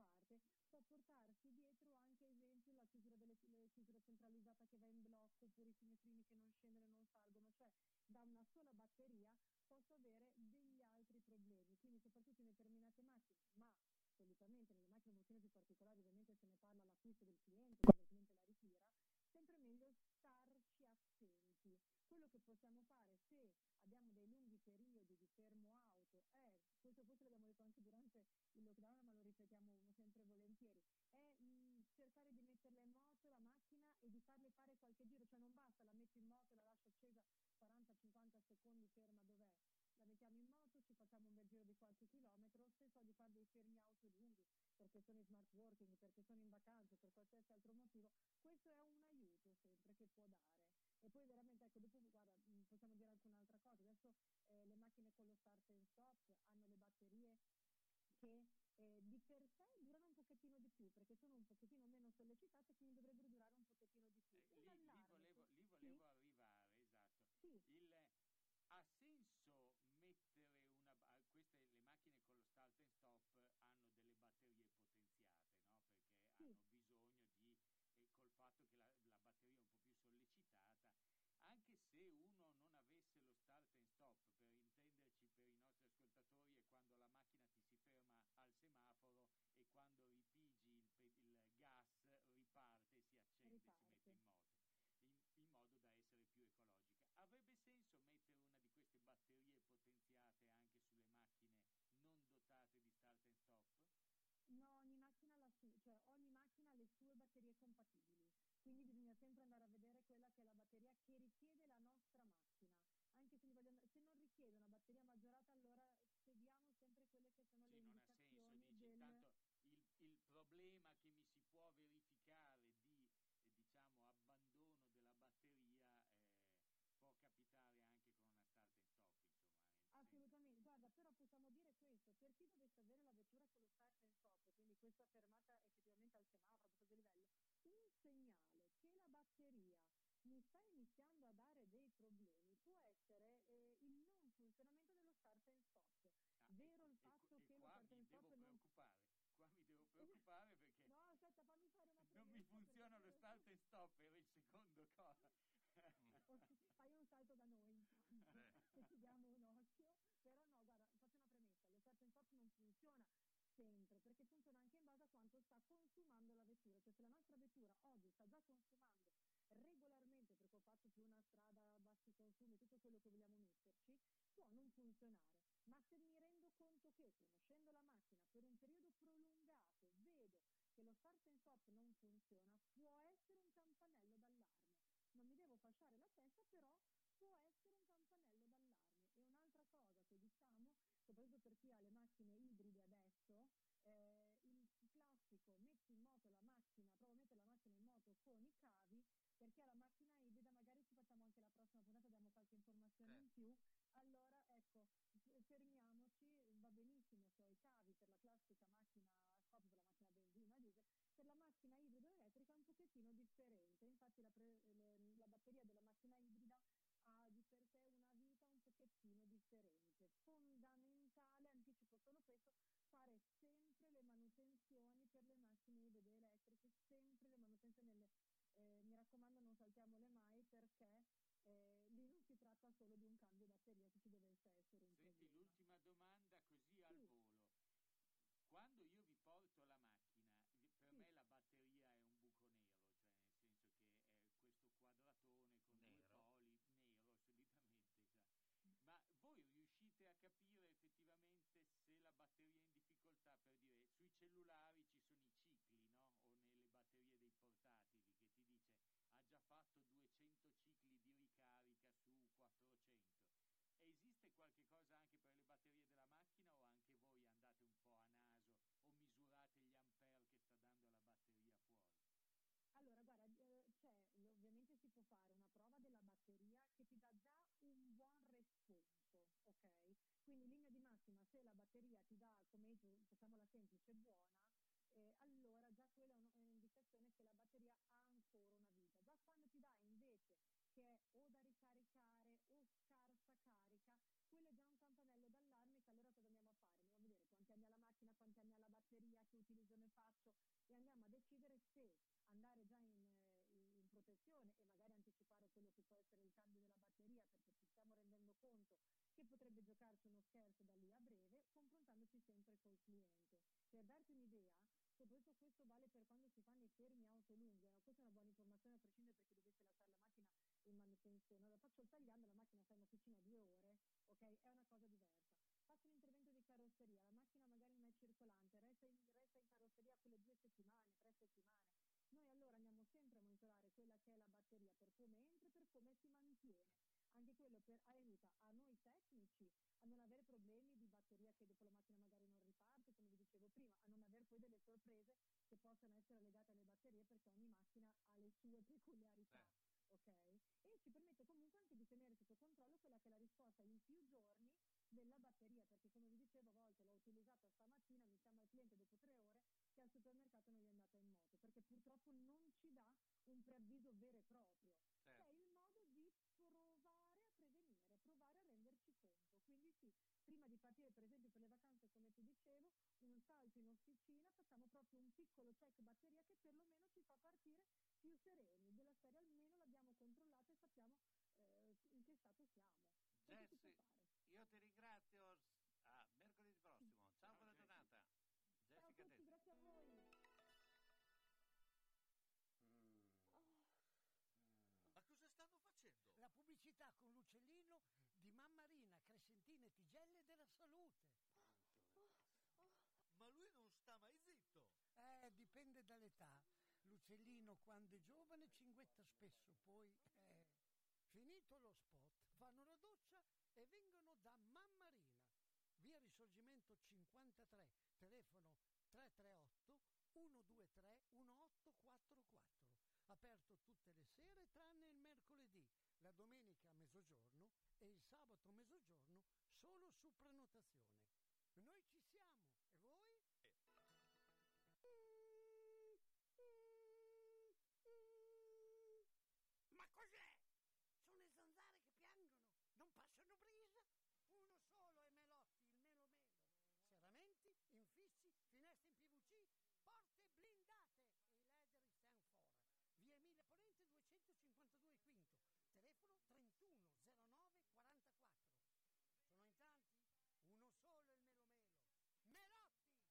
portarsi dietro anche esempio la chiusura delle la chiusura centralizzata che va in blocco, oppure i finestrini che non scendono e non salgono, cioè da una sola batteria posso avere degli altri problemi, quindi soprattutto in determinate macchine, ma solitamente nelle macchine un pochino più particolari ovviamente se ne parla all'acquisto del cliente, quando il cliente la ritira, sempre meglio starci attenti. Quello che possiamo fare se abbiamo dei lunghi periodi di fermo auto è, questo forse l'abbiamo detto anche durante il lockdown ma lo ripetiamo sempre volentieri, è mh, cercare di metterla in moto la macchina e di farle fare qualche giro, cioè non basta la metto in moto e la lascio accesa quaranta cinquanta secondi ferma dov'è, la mettiamo in moto, ci facciamo un bel giro di qualche chilometro, se so di fare dei fermi auto lunghi perché sono in smart working, perché sono in vacanza, per qualsiasi altro motivo, questo è un aiuto sempre che può dare. E poi veramente, ecco, dopo guarda, possiamo dire anche un'altra cosa, adesso eh, le macchine con lo start and stop hanno le batterie che eh, di per sé durano un pochettino di più perché sono un pochettino meno sollecitate, quindi dovrebbero durare un pochettino di più. Eh, Un lì, lì allarme, volevo, sì. lì volevo arrivare, esatto. Sì. Il, ha senso mettere una... Queste, le macchine con lo start and stop hanno delle batterie potenziate, no? Perché Sì. hanno bisogno di... E col fatto che la, la batteria è un po' più sollecitata, anche se uno non avesse lo start and stop, per intenderci per i nostri ascoltatori, è quando la macchina ti si ferma al semaforo e quando ripigi il, pe- il gas riparte e si accende, Riparte. si mette in moto, in, in modo da essere più ecologica. Avrebbe senso mettere una di queste batterie potenziate anche sulle macchine non dotate di start and stop? No, ogni macchina, ha la su- cioè, ogni macchina ha le sue batterie compatibili, quindi bisogna sempre andare a vedere quella che è la batteria che richiede la nostra macchina. Anche se, voglio andare, se non richiede una batteria maggiorata, allora seguiamo sempre quelle che sono Sì, le non ha senso, indicazioni dici, del... intanto il, il problema che mi si può verificare di eh, diciamo abbandono della batteria eh, può capitare anche con una start and stop, insomma. nel senso- Assolutamente, guarda, però possiamo dire questo, per chi dovesse avere la vettura con lo start and stop, quindi questa fermata effettivamente al semaforo, a questo livello, un segnale che la batteria mi sta iniziando a dare dei problemi può essere eh, il non funzionamento dello start and stop, Ah, vero e, il e- fatto e che lo qua start mi and devo stop non... preoccupare, qua mi devo preoccupare perché No, aspetta, fammi fare una premessa. non mi funziona perché lo start and stop, era il secondo cosa. Ok, fai un salto da noi intanto, Eh. che ci diamo un occhio, però no, guarda, faccio una premessa, lo start and stop non funziona sempre, perché funziona anche in base a quanto sta consumando la vettura, cioè se la nostra vettura oggi sta già consumando regolarmente, perché ho fatto più una strada a bassi consumi, tutto quello che vogliamo metterci, può non funzionare, ma se mi rendo conto che conoscendo la macchina per un periodo prolungato vedo che lo start and stop non funziona, può essere un campanello d'allarme. Non mi devo fasciare la testa, però può essere un campanello d'allarme. E un'altra cosa che diciamo, soprattutto per chi ha le macchine ibride adesso, eh, il classico metti in moto la macchina, provo a mettere la macchina in moto con i cavi, perché alla macchina ibrida magari ci facciamo anche la prossima puntata, diamo qualche informazione Certo. in più, allora ecco, f- fermiamoci, va benissimo se ho i cavi per la classica macchina a scoppio, per la macchina a benzina, diesel, per la macchina ibrida elettrica è un pochettino differente, infatti la, pre- le- la batteria della macchina ibrida ha di per sé una vita un pochettino differente. Fondamentale, anticipo solo questo, fare sempre le manutenzioni per le macchine ibride elettriche, sempre le manutenzioni, nelle, eh, mi raccomando non saltiamole mai perché eh, lì non si tratta solo di un cambio batteria se ci dovesse essere un Senti, problema. l'ultima domanda così al Sì. volo. Quando io vi porto la macchina, per Sì. me la batteria è un buco nero, cioè nel senso che è questo quadratone con due Nero. poli, nero solitamente, sa. Ma voi riuscite a capire effettivamente se la batteria è in difficoltà? Per dire, sui cellulari ci sono i cicli, no? O nelle batterie dei portatili che ti dice ha già fatto duecento cicli di ricarica su quattrocento. Esiste qualche cosa anche per le batterie della macchina o anche voi andate un po' a naso o misurate gli ampere che sta dando la batteria fuori? Allora, guarda, eh, c'è, ovviamente si può fare una prova della batteria che ti dà già un buon responso, ok? Quindi in linea di massima, se la batteria ti dà, come dico, facciamola semplice, buona, eh, allora già quella è un- è un'indicazione che la batteria ha ancora una vita. Già quando ti dà invece che è o da ricaricare o scarsa carica, quello è già un campanello d'allarme che allora cosa andiamo a fare? Andiamo a vedere quanti anni ha la macchina, quanti anni ha la batteria, che utilizzo ne faccio e andiamo a decidere se andare già in, eh, in in protezione e magari anticipare quello che può essere il cambio della batteria, perché ci stiamo rendendo conto che potrebbe giocarci uno scherzo da lì a breve, confrontandoci sempre col cliente. Per darti un'idea, soprattutto questo vale per quando si fanno i fermi auto lunghi, eh, questa è una buona informazione a prescindere perché dovesse lasciare la macchina in manutenzione. Allora faccio il tagliando, la macchina sta in officina due ore, ok? È una cosa diversa. Faccio un intervento di carrozzeria, la macchina magari non è circolante, resta in, resta in carrozzeria quelle due settimane, tre settimane. Noi allora andiamo sempre a monitorare quella che è la batteria per come entra e per come si mantiene. Anche quello per, aiuta a noi tecnici a non avere problemi di batteria che dopo la macchina magari non riparte, come vi dicevo prima, a non avere poi delle sorprese che possano essere legate alle batterie, perché ogni macchina ha le sue peculiarità. Sì. Ok? E ci permette comunque anche di tenere sotto controllo quella che è la risposta in più giorni della batteria, perché come vi dicevo a volte l'ho utilizzata stamattina, mi chiama il cliente dopo tre ore che al supermercato non gli è andata in moto, perché purtroppo non ci dà un preavviso vero e proprio. Certo. È il modo di provare a prevenire, provare a renderci conto. Quindi sì, prima di partire per esempio per le vacanze, come ti dicevo, un salto in officina, facciamo proprio un piccolo check batteria che perlomeno ci fa partire più sereni, della serie almeno l'abbiamo controllata e sappiamo eh, in che stato siamo. Cosa si può Jessy, fare? io ti ringrazio. A mercoledì prossimo. Ciao, Ciao, buona Jessy. giornata. Ciao a Jessica tutti, Testa. grazie a voi. Ma cosa stanno facendo? La pubblicità con l'uccellino di Mammarina, Crescentina e Tigelle della Salute. Ma lui non sta mai zitto. Eh, dipende dall'età. L'uccellino quando è giovane cinguetta spesso, poi eh, finito lo spot fanno la doccia e vengono da Mammarina. Via Risorgimento cinquantatré, telefono tre tre otto uno due tre uno otto quattro quattro. Aperto tutte le sere tranne il mercoledì, la domenica a mezzogiorno e il sabato a mezzogiorno solo su prenotazione. Noi ci siamo, e voi? Ma cos'è? Sono le zanzare che piangono, non passano brisa? Uno solo è Melotti, il Melo Melo. Serramenti, infissi, finestre in P V C, porte blindate e i leder stand for. Via Emilia Ponente duecentocinquantadue Quinto, telefono trentuno zero nove quarantaquattro. Sono in tanti? Uno solo è il Melo Melo. Melotti!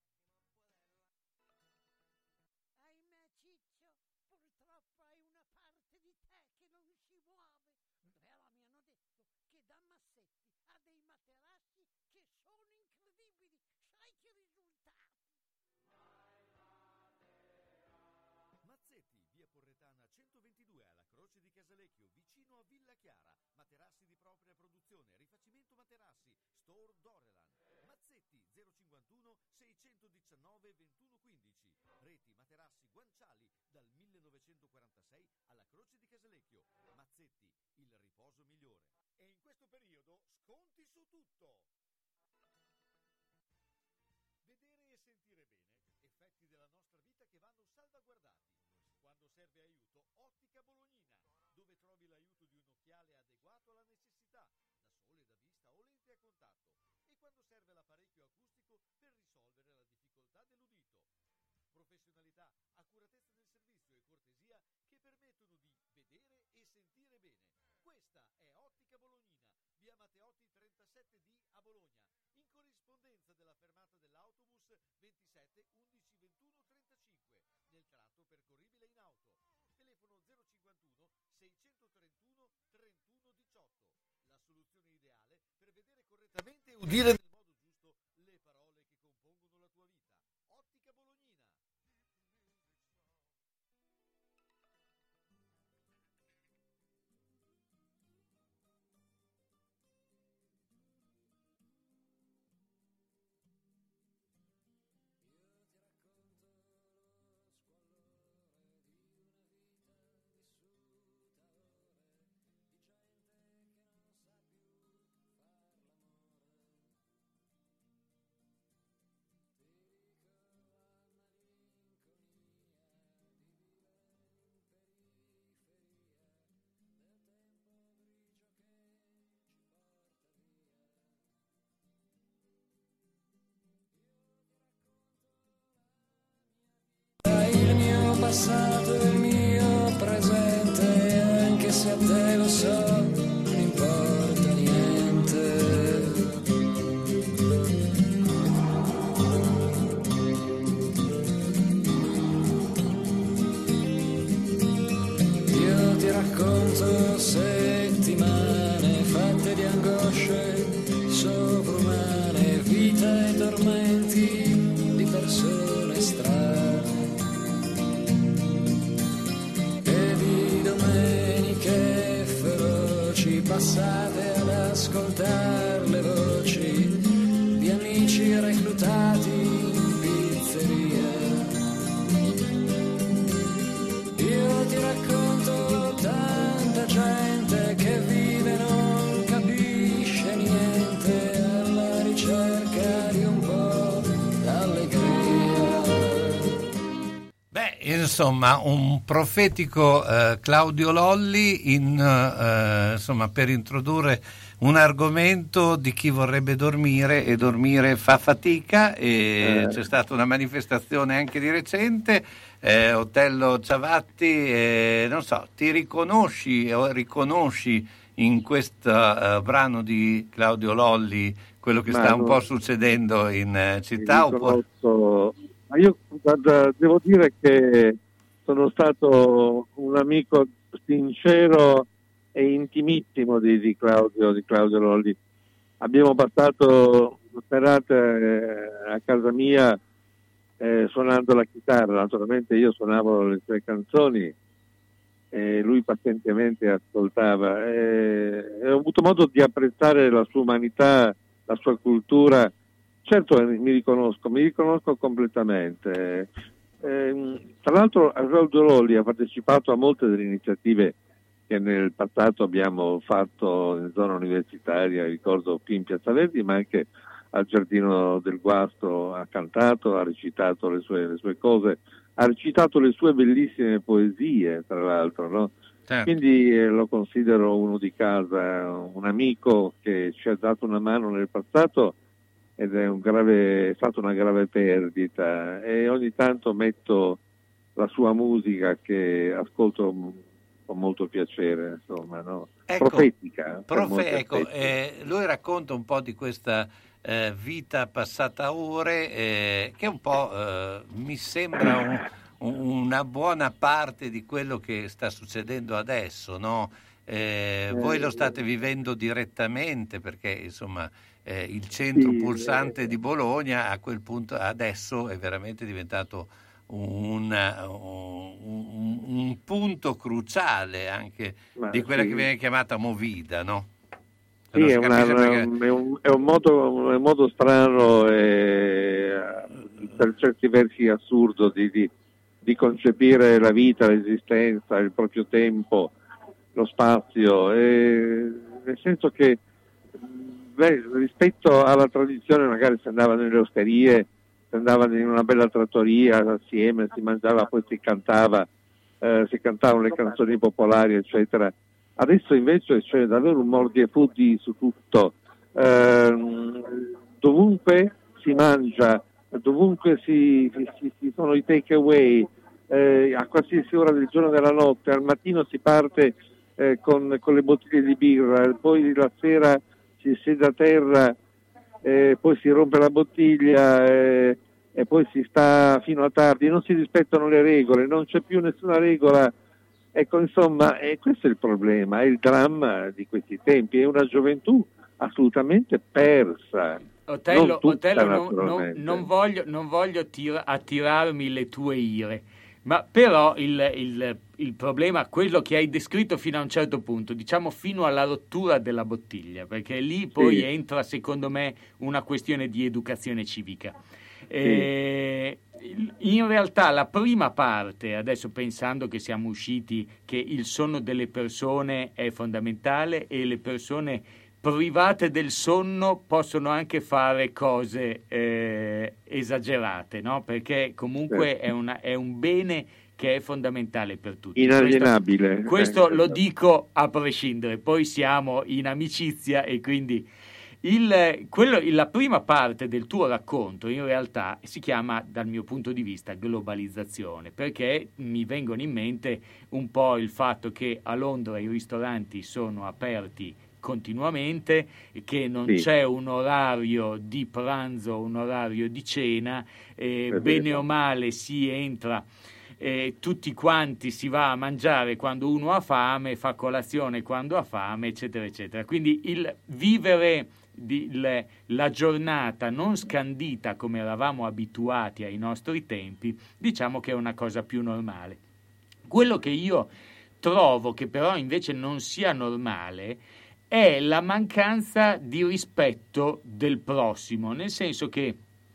Ahimè Ciccio, purtroppo hai una parte di te che non si muove. Però mi hanno detto che da Massetti ha dei materassi che sono incredibili. Sai che risultati? Mazzetti, via Porretana centoventidue alla Croce di Casalecchio, vicino a Villa Chiara. Materassi di propria produzione, rifacimento materassi, Store Dorelan. Mazzetti zero cinquantuno seicentodiciannove ventuno quindici. Reti materassi guanciali dal millenovecentoquarantasei alla Croce di Casalecchio. Mazzetti, il riposo migliore. E in questo periodo sconti su tutto. Vedere e sentire bene, effetti della nostra vita che vanno salvaguardati. Quando serve aiuto, Ottica Bolognina, dove trovi l'aiuto di un occhiale adeguato alla necessità, da sole, da vista o lente a contatto. E quando serve l'apparecchio acustico per risolvere la difficoltà dell'udito. Professionalità, accuratezza nel servizio e cortesia che permettono di vedere e sentire bene. Questa è Ottica Bolognina, via Matteotti trentasette D a Bologna, in corrispondenza della fermata dell'autobus ventisette undici ventuno trentacinque, nel tratto percorribile in auto. Telefono zero cinquantuno seicentotrentuno trentuno diciotto. La soluzione ideale per vedere correttamente e udire nel modo giusto le parole che compongono la tua vita. Ottica Bolognina. Io ti racconto lo squallore di una vita vissuta ore, di gente che non sa più far l'amore. Ti dico la racconto settimane fatte di angosce sovrumane, vita e tormenti di persone strane e di domeniche feroci passate ad ascoltare le voci di amici reclutati in pizzeria. Io ti racconto tanta gente che vive non capisce niente alla ricerca di un po' d'allegria. Beh, insomma, un profetico eh, Claudio Lolli in, eh, insomma, per introdurre un argomento di chi vorrebbe dormire e dormire fa fatica, e eh. c'è stata una manifestazione anche di recente. Eh, Otello Ciavatti, eh, non so, ti riconosci o riconosci in questo uh, brano di Claudio Lolli quello che ma sta un po' succedendo in uh, città? Oppure... Ma io guarda, devo dire che sono stato un amico sincero e intimissimo di, di Claudio di Claudio Lolli. Abbiamo passato serate eh, a casa mia eh, suonando la chitarra. Naturalmente io suonavo le sue canzoni e lui pazientemente ascoltava, e, e ho avuto modo di apprezzare la sua umanità, la sua cultura. Certo, mi riconosco, mi riconosco completamente. Eh, tra l'altro Claudio Lolli ha partecipato a molte delle iniziative che nel passato abbiamo fatto in zona universitaria, ricordo qui in Piazza Verdi, ma anche al Giardino del Guasto ha cantato, ha recitato le sue, le sue cose, ha recitato le sue bellissime poesie, tra l'altro, no? Certo. Quindi eh, lo considero uno di casa, un amico che ci ha dato una mano nel passato ed è, un grave, è stata una grave perdita, e ogni tanto metto la sua musica che ascolto con molto piacere, insomma, no? Ecco, profetica. Profe- ecco, eh, lui racconta un po' di questa eh, vita passata a ore, eh, che un po' eh, mi sembra un, una buona parte di quello che sta succedendo adesso, no? Eh, voi lo state vivendo direttamente perché, insomma, eh, il centro sì, pulsante eh. di Bologna a quel punto adesso è veramente diventato un, un, un punto cruciale anche Ma di quella sì. che viene chiamata movida, no? Sì, è, una, perché... è, un, è un modo un modo strano e per certi versi assurdo di, di, di concepire la vita, l'esistenza, il proprio tempo, lo spazio, e, nel senso che beh, rispetto alla tradizione magari si andava nelle osterie, si andava in una bella trattoria assieme, si mangiava, poi si cantava, eh, si cantavano le canzoni popolari, eccetera. Adesso invece c'è davvero un mordi e fuggi su tutto, eh, dovunque si mangia, dovunque si, si, si sono i take away, eh, a qualsiasi ora del giorno e della notte. Al mattino si parte eh, con, con le bottiglie di birra, poi la sera si siede a terra, eh, poi si rompe la bottiglia eh, e poi si sta fino a tardi, non si rispettano le regole, non c'è più nessuna regola. Ecco, insomma, e questo è il problema, è il dramma di questi tempi, è una gioventù assolutamente persa. Otello, non tutta, Otello non, non, non voglio, non voglio tira, attirarmi le tue ire, ma però il, il, il problema, quello che hai descritto fino a un certo punto, diciamo fino alla rottura della bottiglia, perché lì poi sì. entra secondo me una questione di educazione civica. Sì. Eh, in realtà la prima parte, adesso pensando che siamo usciti che il sonno delle persone è fondamentale e le persone private del sonno possono anche fare cose eh, esagerate, no? Perché comunque sì. è, una, è un bene che è fondamentale per tutti. Inalienabile. Questo, questo lo dico a prescindere, poi siamo in amicizia e quindi il, quello, la prima parte del tuo racconto in realtà si chiama, dal mio punto di vista, globalizzazione, perché mi vengono in mente un po' il fatto che a Londra i ristoranti sono aperti continuamente, che non sì. c'è un orario di pranzo, un orario di cena, eh, bene o male si entra eh, tutti quanti si va a mangiare quando uno ha fame, fa colazione quando ha fame, eccetera, eccetera. Quindi il vivere di, le, la giornata non scandita come eravamo abituati ai nostri tempi, diciamo che è una cosa più normale. Quello che io trovo che però invece non sia normale è la mancanza di rispetto del prossimo, nel senso che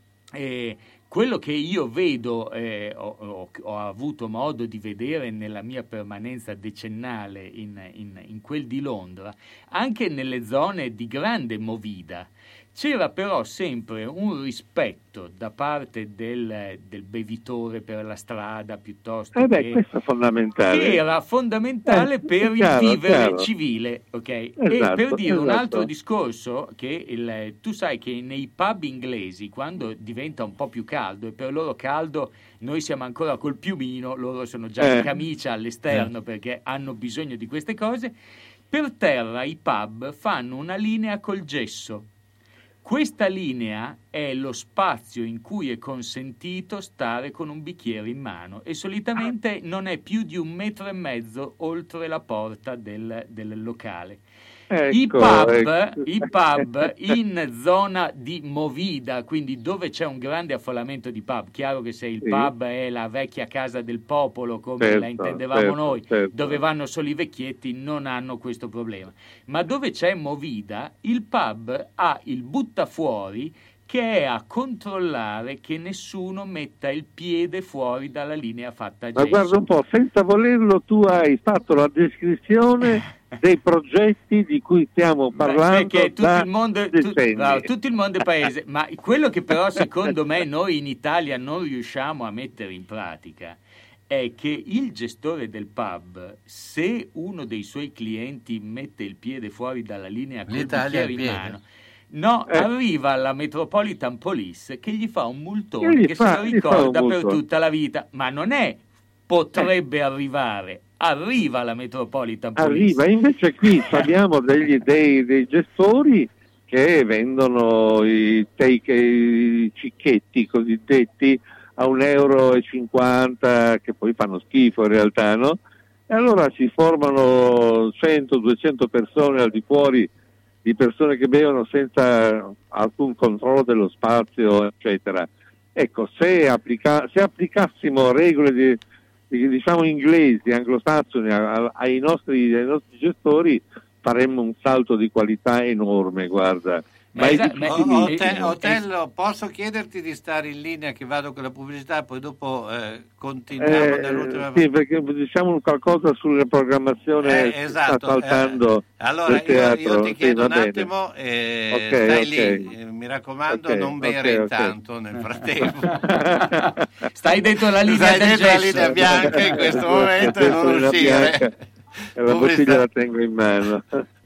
eh, quello che io vedo, eh, ho, ho, ho avuto modo di vedere nella mia permanenza decennale in, in, in quel di Londra, anche nelle zone di grande movida, c'era però sempre un rispetto da parte del, del bevitore per la strada piuttosto eh beh, che, questo è fondamentale. che era fondamentale eh, per chiaro, il vivere chiaro. civile, ok? Esatto, e per dire esatto. un altro discorso, che il, tu sai che nei pub inglesi, quando diventa un po' più caldo, e per loro caldo noi siamo ancora col piumino, loro sono già eh. in camicia all'esterno eh. perché hanno bisogno di queste cose, per terra i pub fanno una linea col gesso. Questa linea è lo spazio in cui è consentito stare con un bicchiere in mano e solitamente non è più di un metro e mezzo oltre la porta del, del locale. Ecco, I pub, ecco. i pub in zona di movida, quindi dove c'è un grande affollamento di pub, chiaro che se il Sì. pub è la vecchia casa del popolo come Certo, la intendevamo certo, noi, certo. dove vanno solo i vecchietti, non hanno questo problema. Ma dove c'è movida, il pub ha il buttafuori che è a controllare che nessuno metta il piede fuori dalla linea fatta a Ma gesso. guarda un po', senza volerlo tu hai fatto la descrizione dei progetti di cui stiamo parlando. Perché tutto da il mondo, tu, no, tutto il mondo è paese, ma quello che però secondo me noi in Italia non riusciamo a mettere in pratica è che il gestore del pub, se uno dei suoi clienti mette il piede fuori dalla linea col L'Italia bicchiere in il piede. mano, no, Eh. arriva alla Metropolitan Police che gli fa un Che multone gli che fa- se lo gli fa un ricorda per multone. tutta la vita, ma non è potrebbe arrivare, arriva la Metropolitan Police. Arriva, invece qui abbiamo degli, dei, dei gestori che vendono i, take, i cicchetti cosiddetti a un euro e cinquanta, che poi fanno schifo in realtà, no? E allora si formano cento duecento persone al di fuori, di persone che bevono senza alcun controllo dello spazio, eccetera. Ecco, se, applica- se applicassimo regole di, di, diciamo inglesi, anglosassoni a- ai nostri, ai nostri gestori, faremmo un salto di qualità enorme, guarda. Ma è esa- difficile. ma- O- Ote- Otello, posso chiederti di stare in linea che vado con la pubblicità, poi dopo eh, continuiamo Eh, dall'ultima sì, perché diciamo qualcosa sulla programmazione Eh, che esatto, sta saltando eh, allora del io, teatro. io ti Sì, chiedo va un bene. attimo, eh, Ok, stai ok. lì, eh, mi raccomando, Ok, non bere ok, ok. intanto nel frattempo. Stai dentro la linea Stai del dentro la gesso. linea bianca in questo momento e Dentro non la uscire. bianca, e la Pubblicità. bottiglia la tengo in mano.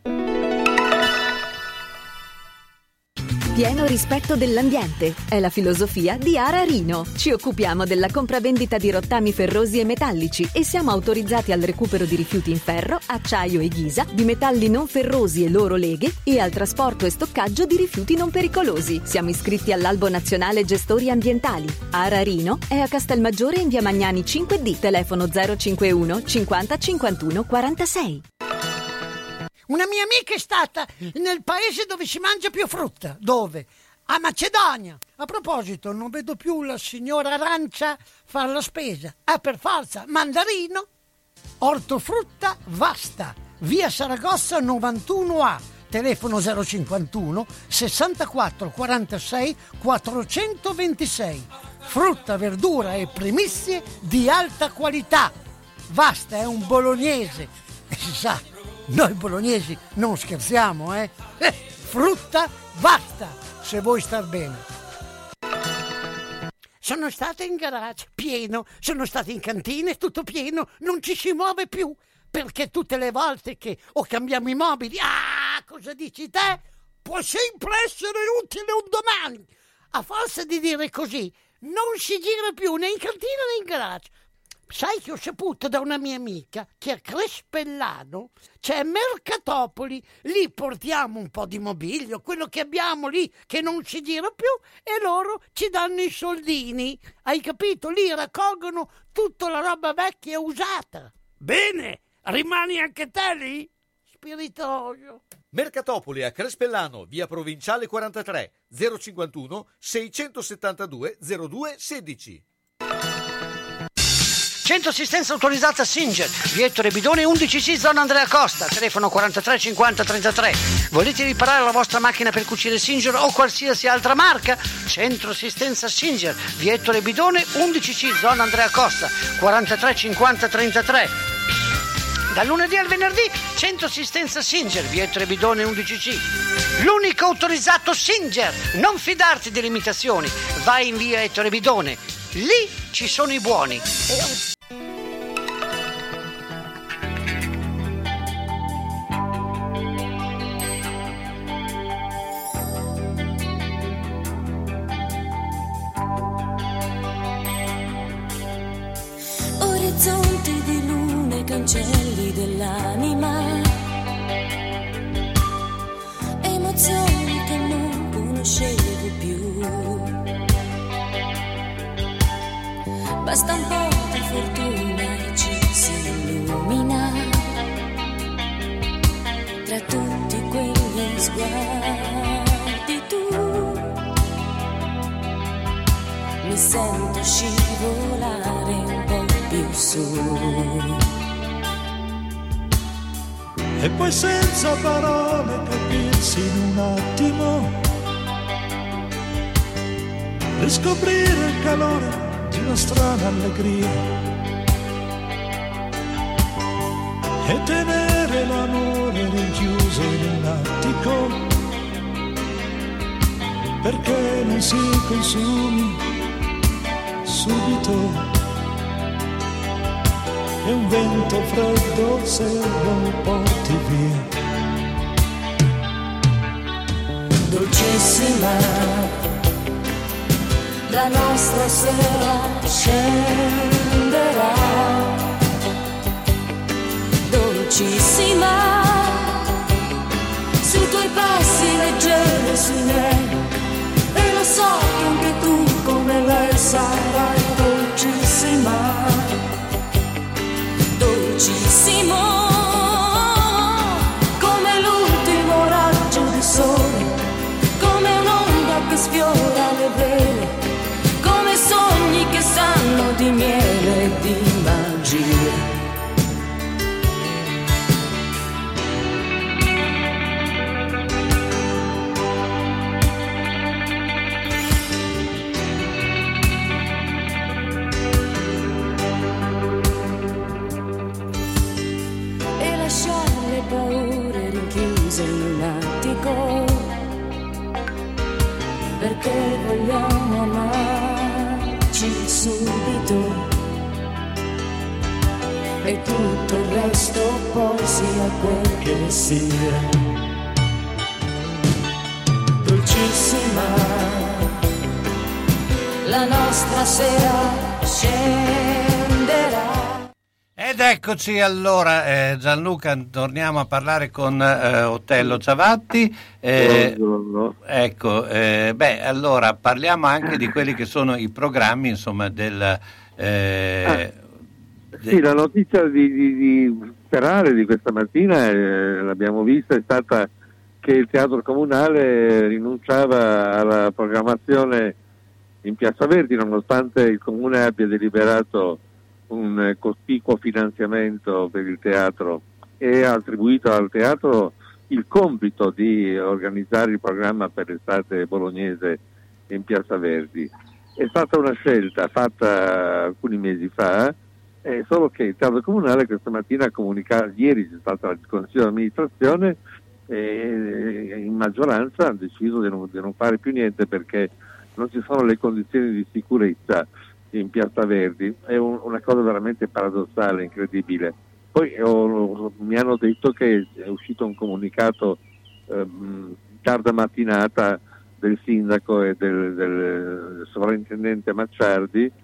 Pieno rispetto dell'ambiente è la filosofia di Ara Rino. Ci occupiamo della compravendita di rottami ferrosi e metallici e siamo autorizzati al recupero di rifiuti in ferro, acciaio e ghisa, di metalli non ferrosi e loro leghe e al trasporto e stoccaggio di rifiuti non pericolosi. Siamo iscritti all'Albo Nazionale Gestori Ambientali. Ara Rino è a Castelmaggiore in via Magnani cinque D, telefono zero cinquantuno cinquanta cinquantuno quarantasei. Una mia amica è stata nel paese dove si mangia più frutta. Dove? A Macedonia. A proposito, non vedo più la signora Arancia fare la spesa. Ah, per forza, mandarino. Ortofrutta Vasta, via Saragozza novantuno A. Telefono zero cinquantuno sessantaquattro quarantasei quattrocentoventisei. Frutta, verdura e primizie di alta qualità. Vasta è un bolognese. E si sa, noi bolognesi non scherziamo, eh? eh frutta Vasta, se vuoi star bene. Sono stata in garage, pieno. Sono stata in cantina, tutto pieno. Non ci si muove più. Perché tutte le volte che o cambiamo i mobili, ah, cosa dici te? Può sempre essere utile un domani. A forza di dire così, non si gira più né in cantina né in garage. sai che ho saputo da una mia amica che a Crespellano c'è Mercatopoli, lì portiamo un po' di mobilio, quello che abbiamo lì che non si gira più, e loro ci danno i soldini, hai capito? Lì raccolgono tutta la roba vecchia e usata. Bene, rimani anche te lì? Spiritoso. Mercatopoli a Crespellano, via Provinciale quarantatré, zero cinquantuno seicentosettantadue zero due sedici. Centro assistenza autorizzata Singer, via Ettore Bidone undici C, zona Andrea Costa, telefono quarantatré cinquanta trentatré. Volete riparare la vostra macchina per cucire Singer o qualsiasi altra marca? Centro assistenza Singer, via Ettore Bidone undici C, zona Andrea Costa, quarantatré cinquanta trentatré. Dal lunedì al venerdì, Centro assistenza Singer, via Ettore Bidone undici C. L'unico autorizzato Singer. Non fidarti delle imitazioni. Vai in via Ettore Bidone. Lì ci sono i buoni. Orizzonti di lune, cancelli dell'anima, emozioni che non conoscevo più. Basta un po' di fortuna e ci si illumina tra tutti quegli sguardi. Tu mi sento scivolare un po' più su, e poi senza parole capirsi in un attimo, riscoprire il calore di una strana allegria e tenere l'amore rinchiuso in un attico, perché non si consumi subito. E un vento freddo se lo porti via. Dolcissima, la nostra sera scenderà. Dolcissima, sui tuoi passi leggeri sui miei, e lo so che anche tu come lei sarai dolcissima. Dolcissimo, come l'ultimo raggio di sole, come un'onda che sfiora le vele, come sogni che sanno di miele e di magia. Perché vogliamo amarci subito e tutto il resto poi sia quel che sia. Dolcissima, la nostra sera scenderà. Ed eccoci allora, eh, Gianluca, torniamo a parlare con eh, Otello Ciavatti. Eh, ecco, eh, beh, allora parliamo anche di quelli che sono i programmi, insomma, del... Eh, ah, sì, de... la notizia di, di, di Ferrari di questa mattina, eh, l'abbiamo vista, è stata che il Teatro Comunale rinunciava alla programmazione in Piazza Verdi, nonostante il Comune abbia deliberato un cospicuo finanziamento per il teatro e ha attribuito al teatro il compito di organizzare il programma per l'estate bolognese in Piazza Verdi. È stata una scelta fatta alcuni mesi fa, eh, solo che il Teatro Comunale questa mattina ha comunicato, ieri c'è stata il Consiglio di amministrazione e in maggioranza hanno deciso di non, di non fare più niente perché non ci sono le condizioni di sicurezza in Piazza Verdi. È un, una cosa veramente paradossale, incredibile. Poi ho, mi hanno detto che è uscito un comunicato ehm, tarda mattinata del sindaco e del, del sovrintendente Macciardi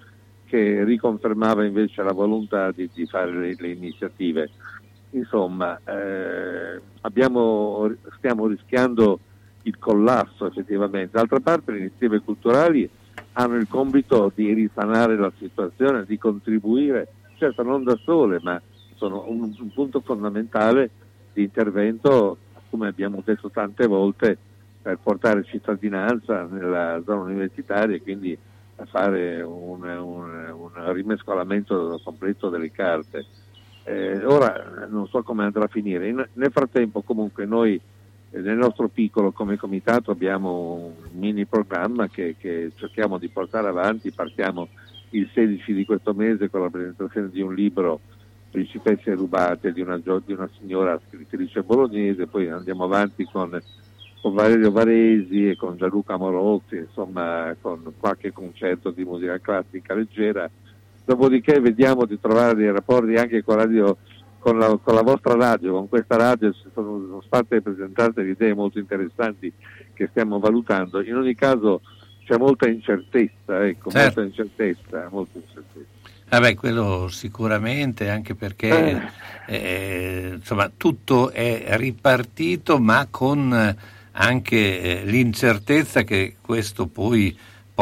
che riconfermava invece la volontà di, di fare le, le iniziative. Insomma, eh, abbiamo, stiamo rischiando il collasso effettivamente. D'altra parte le iniziative culturali hanno il compito di risanare la situazione, di contribuire, certo non da sole, ma sono un, un punto fondamentale di intervento, come abbiamo detto tante volte, per portare cittadinanza nella zona universitaria e quindi a fare un, un, un rimescolamento completo delle carte. Eh, ora non so come andrà a finire. In, nel frattempo comunque noi eh, nel nostro piccolo come comitato abbiamo un mini programma che, che cerchiamo di portare avanti. Partiamo il sedici di questo mese con la presentazione di un libro, Principesse rubate, di una, di una signora scrittrice bolognese, poi andiamo avanti con, con Valerio Varesi e con Gianluca Morozzi, insomma con qualche concerto di musica classica leggera. Dopodiché vediamo di trovare dei rapporti anche con, radio, con, la, con la vostra radio, con questa radio sono state presentate delle idee molto interessanti che stiamo valutando. In ogni caso c'è molta incertezza, ecco, certo. molta incertezza, molta incertezza. Vabbè, quello sicuramente, anche perché eh. Eh, insomma tutto è ripartito, ma con anche eh, l'incertezza che questo poi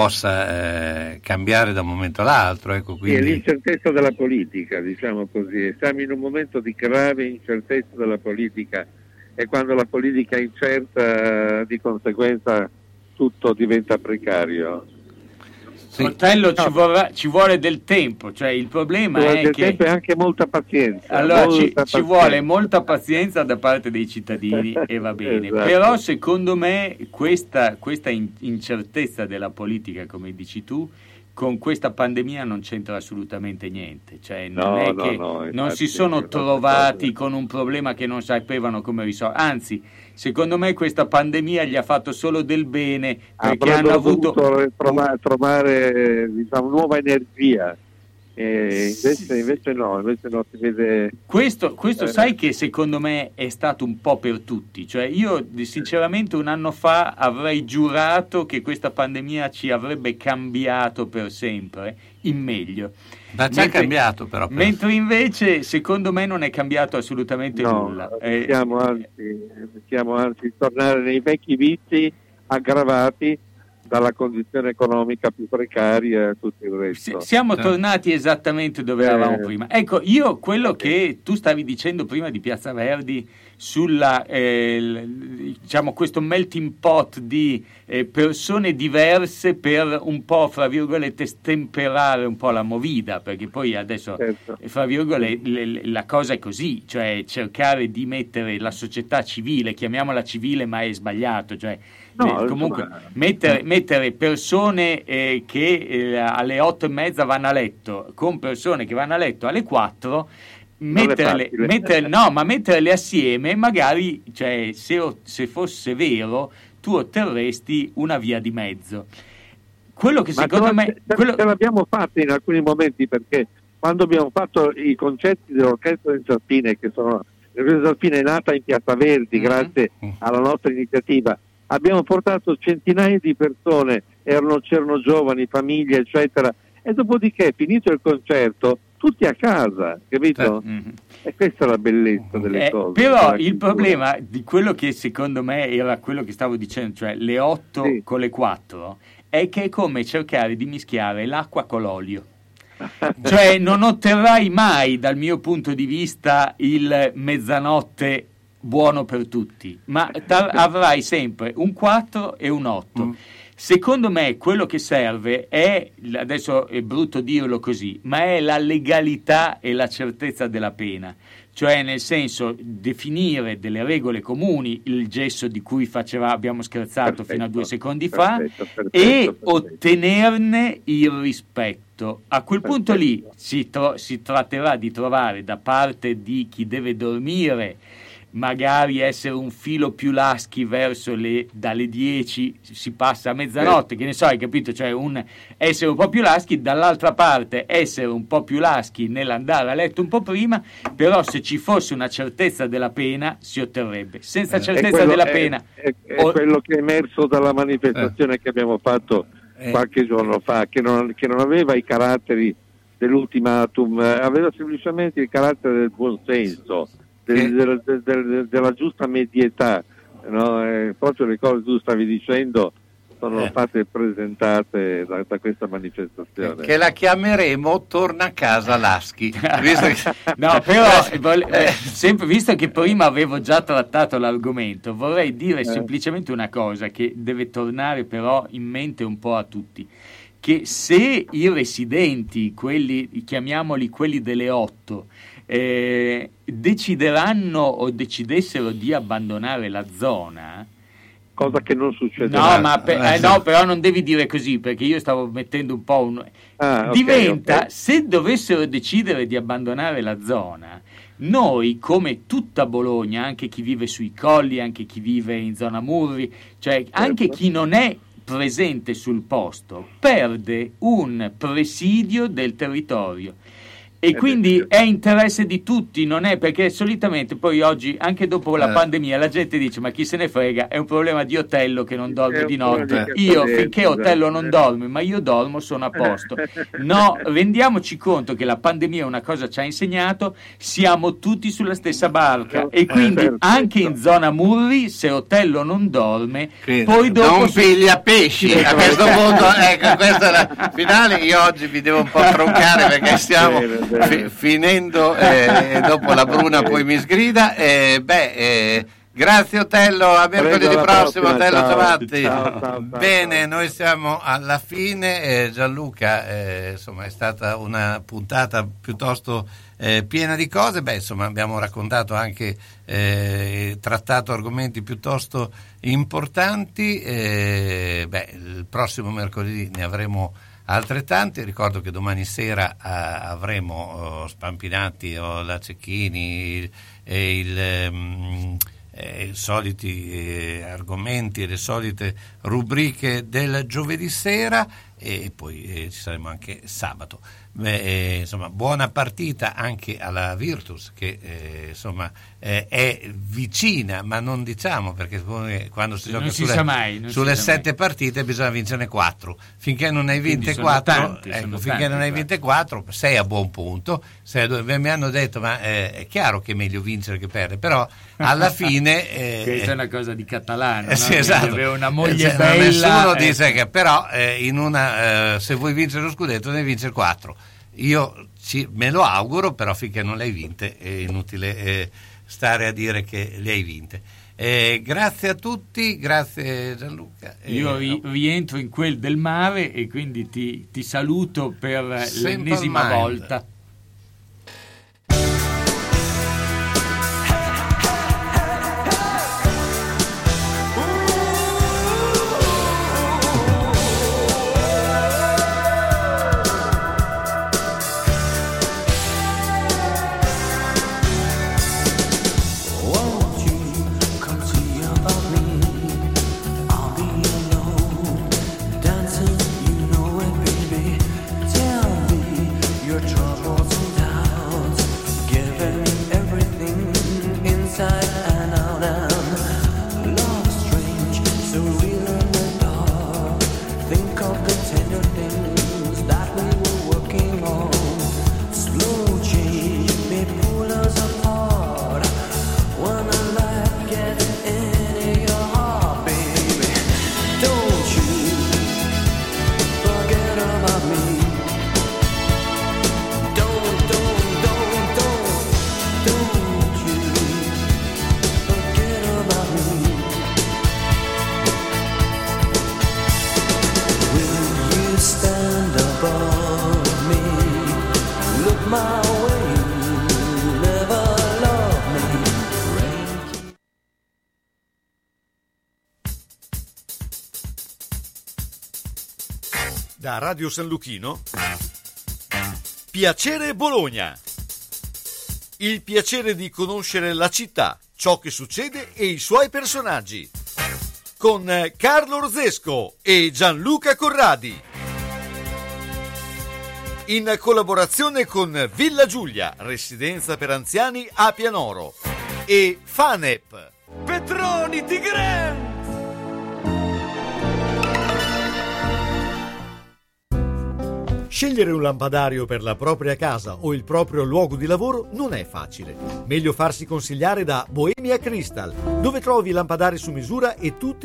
possa eh, cambiare da un momento all'altro, ecco, quindi... Sì, è l'incertezza della politica, diciamo così. Siamo in un momento di grave incertezza della politica e quando la politica è incerta, di conseguenza tutto diventa precario. Sì. Fratello, no. ci, vorrà, ci vuole del tempo, cioè il problema ci vuole è del che tempo e anche molta pazienza. Allora molta ci, pazienza. ci vuole molta pazienza da parte dei cittadini e va bene, Esatto. Però secondo me questa, questa incertezza della politica, come dici tu, con questa pandemia non c'entra assolutamente niente, cioè non No, è no, che no, non infatti, si sono sì, trovati con un problema che non sapevano come risolvere, anzi secondo me questa pandemia gli ha fatto solo del bene perché hanno avuto trovare, trovare diciamo nuova energia e invece, invece no, invece no, si vede questo, questo eh. sai che secondo me è stato un po' per tutti, cioè io sinceramente un anno fa avrei giurato che questa pandemia ci avrebbe cambiato per sempre in meglio. Ma ci ha cambiato però, però. Mentre invece secondo me non è cambiato assolutamente no, nulla. Rischiamo anzi, rischiamo anzi di tornare nei vecchi vizi aggravati dalla condizione economica più precaria e tutto il resto. Siamo tornati esattamente dove eh. eravamo prima. Ecco, io quello che tu stavi dicendo prima di Piazza Verdi sulla eh, l, diciamo questo melting pot di eh, persone diverse per un po' fra virgolette stemperare un po' la movida, perché poi adesso certo. fra virgolette le, le, la cosa è così, cioè cercare di mettere la società civile, chiamiamola civile ma è sbagliato, cioè no, eh, comunque insomma, mettere, mettere persone eh, che eh, alle otto e mezza vanno a letto con persone che vanno a letto alle quattro, metterle, metterle, no, ma metterle assieme magari, cioè, se, se fosse vero tu otterresti una via di mezzo. Quello che ma secondo ce me ce, quello... ce l'abbiamo fatta in alcuni momenti, perché quando abbiamo fatto i concerti dell'Orchestra del Sarpine, che sono l'Orchestra del Sarpine è nata in Piazza Verdi mm-hmm. grazie alla nostra iniziativa, abbiamo portato centinaia di persone, erano, c'erano giovani, famiglie eccetera, e dopodiché finito il concerto tutti a casa, capito? Mm-hmm. E questa è la bellezza delle eh, cose. Però il problema di quello che secondo me era quello che stavo dicendo, cioè le otto sì. con le quattro, è che è come cercare di mischiare l'acqua con l'olio. Cioè non otterrai mai, dal mio punto di vista, il mezzanotte buono per tutti, ma ta- avrai sempre un quattro e un otto. Mm. Secondo me quello che serve è, adesso è brutto dirlo così, ma è la legalità e la certezza della pena, cioè nel senso definire delle regole comuni, il gesso di cui faceva, abbiamo scherzato perfetto, fino a due secondi fa, perfetto, perfetto, e perfetto. ottenerne il rispetto. A quel perfetto. punto lì si, tro- si tratterà di trovare da parte di chi deve dormire magari essere un filo più laschi verso le dalle dieci si passa a mezzanotte, che ne so, hai capito? Cioè un essere un po' più laschi, dall'altra parte essere un po' più laschi nell'andare a letto un po' prima, però se ci fosse una certezza della pena si otterrebbe. Senza certezza quello, della è, pena è, è o... quello che è emerso dalla manifestazione eh. che abbiamo fatto Eh. qualche giorno fa, che non, che non aveva i caratteri dell'ultimatum, eh, aveva semplicemente il carattere del buonsenso, del, del, del, del, della giusta medietà, no? Eh, proprio le cose che tu stavi dicendo sono eh. state presentate da, da questa manifestazione. Che la chiameremo Torna a casa Laschi. Visto che... No, però vole- eh, sempre visto che prima avevo già trattato l'argomento, vorrei dire Eh. semplicemente una cosa che deve tornare però in mente un po' a tutti, che se i residenti, quelli chiamiamoli quelli delle otto, eh, decideranno o decidessero di abbandonare la zona, cosa che non succederà. no, ma pe- eh, no, però non devi dire così, perché io stavo mettendo un po' un... Ah, ok, diventa, ok. se dovessero decidere di abbandonare la zona, noi come tutta Bologna, anche chi vive sui colli, anche chi vive in zona Murri, cioè anche chi non è presente sul posto, perde un presidio del territorio. E quindi è interesse di tutti, non è perché solitamente poi oggi, anche dopo la Eh. pandemia, la gente dice ma chi se ne frega, è un problema di Otello che non dorme un di problema notte. di Io Casadenza, finché Otello non esatto. dorme, ma io dormo, sono a posto. No, rendiamoci conto che la pandemia una cosa ci ha insegnato, siamo tutti sulla stessa barca e quindi certo, anche in zona Murri, se Otello non dorme, Quindi, poi dopo non si- piglia pesci a questo punto, ecco, questa è la finale. Io oggi vi devo un po' troncare perché stiamo Bene, bene. fi- finendo eh, dopo la Bruna poi mi sgrida. Eh, beh, eh, grazie Otello, a mercoledì Prego, alla prossimo. prossima, Otello ciao. Savatti. Ciao, ciao, ciao, Bene, ciao. noi siamo alla fine. eh, Gianluca, eh, insomma, è stata una puntata piuttosto eh, piena di cose. Beh, insomma, abbiamo raccontato anche, eh, trattato argomenti piuttosto importanti. Eh, beh, il prossimo mercoledì ne avremo altrettanti. Ricordo che domani sera ah, avremo oh, Spampinati o la Cecchini il, e il, ehm, eh, i soliti eh, argomenti e le solite rubriche del giovedì sera, e poi eh, ci saremo anche sabato. Beh, eh, insomma, buona partita anche alla Virtus che eh, insomma eh, è vicina, ma non diciamo, perché quando si Non gioca si sulle, sa mai, non si sulle sa sette mai. partite bisogna vincerne quattro. Finché non hai Quindi vinte sono quattro, tanti, ecco, sono finché tanti, non hai guarda. vinte quattro sei a buon punto. Sei a due- mi hanno detto ma eh, è chiaro che è meglio vincere che perdere, però alla fine eh, Questa è una cosa di catalano, eh, no? sì, Quindi esatto. avere una moglie Eh, bella, nessuno eh. dice che però eh, in una eh, se vuoi vincere lo scudetto devi vincere quattro. Io ci- me lo auguro, però finché non le hai vinte è inutile eh, stare a dire che le hai vinte. Eh, grazie a tutti, grazie Gianluca. Io Eh, ri- rientro in quel del mare e quindi ti, ti saluto per Simple l'ennesima Mind. volta. Won't you come see about me? I'll be alone, dancing, you know it, baby. Tell me your troubles and doubts, giving me everything inside and out. And love is strange, so real in the dark. Think of the tender things that we were working on. Slow change may pull us apart. When a light gets into your heart, baby, don't you forget about me. Don't, don't, don't, don't, don't you forget about me. Will you stand above me? Look my way, never love me. Da Radio San Luchino, Piacere Bologna. Il piacere di conoscere la città, ciò che succede e i suoi personaggi. Con Carlo Orzesco e Gianluca Corradi. In collaborazione con Villa Giulia, residenza per anziani a Pianoro. E Fanep. Petroni Tigre! Scegliere un lampadario per la propria casa o il proprio luogo di lavoro non è facile. Meglio farsi consigliare da Bohemia Crystal, dove trovi lampadari su misura e tutti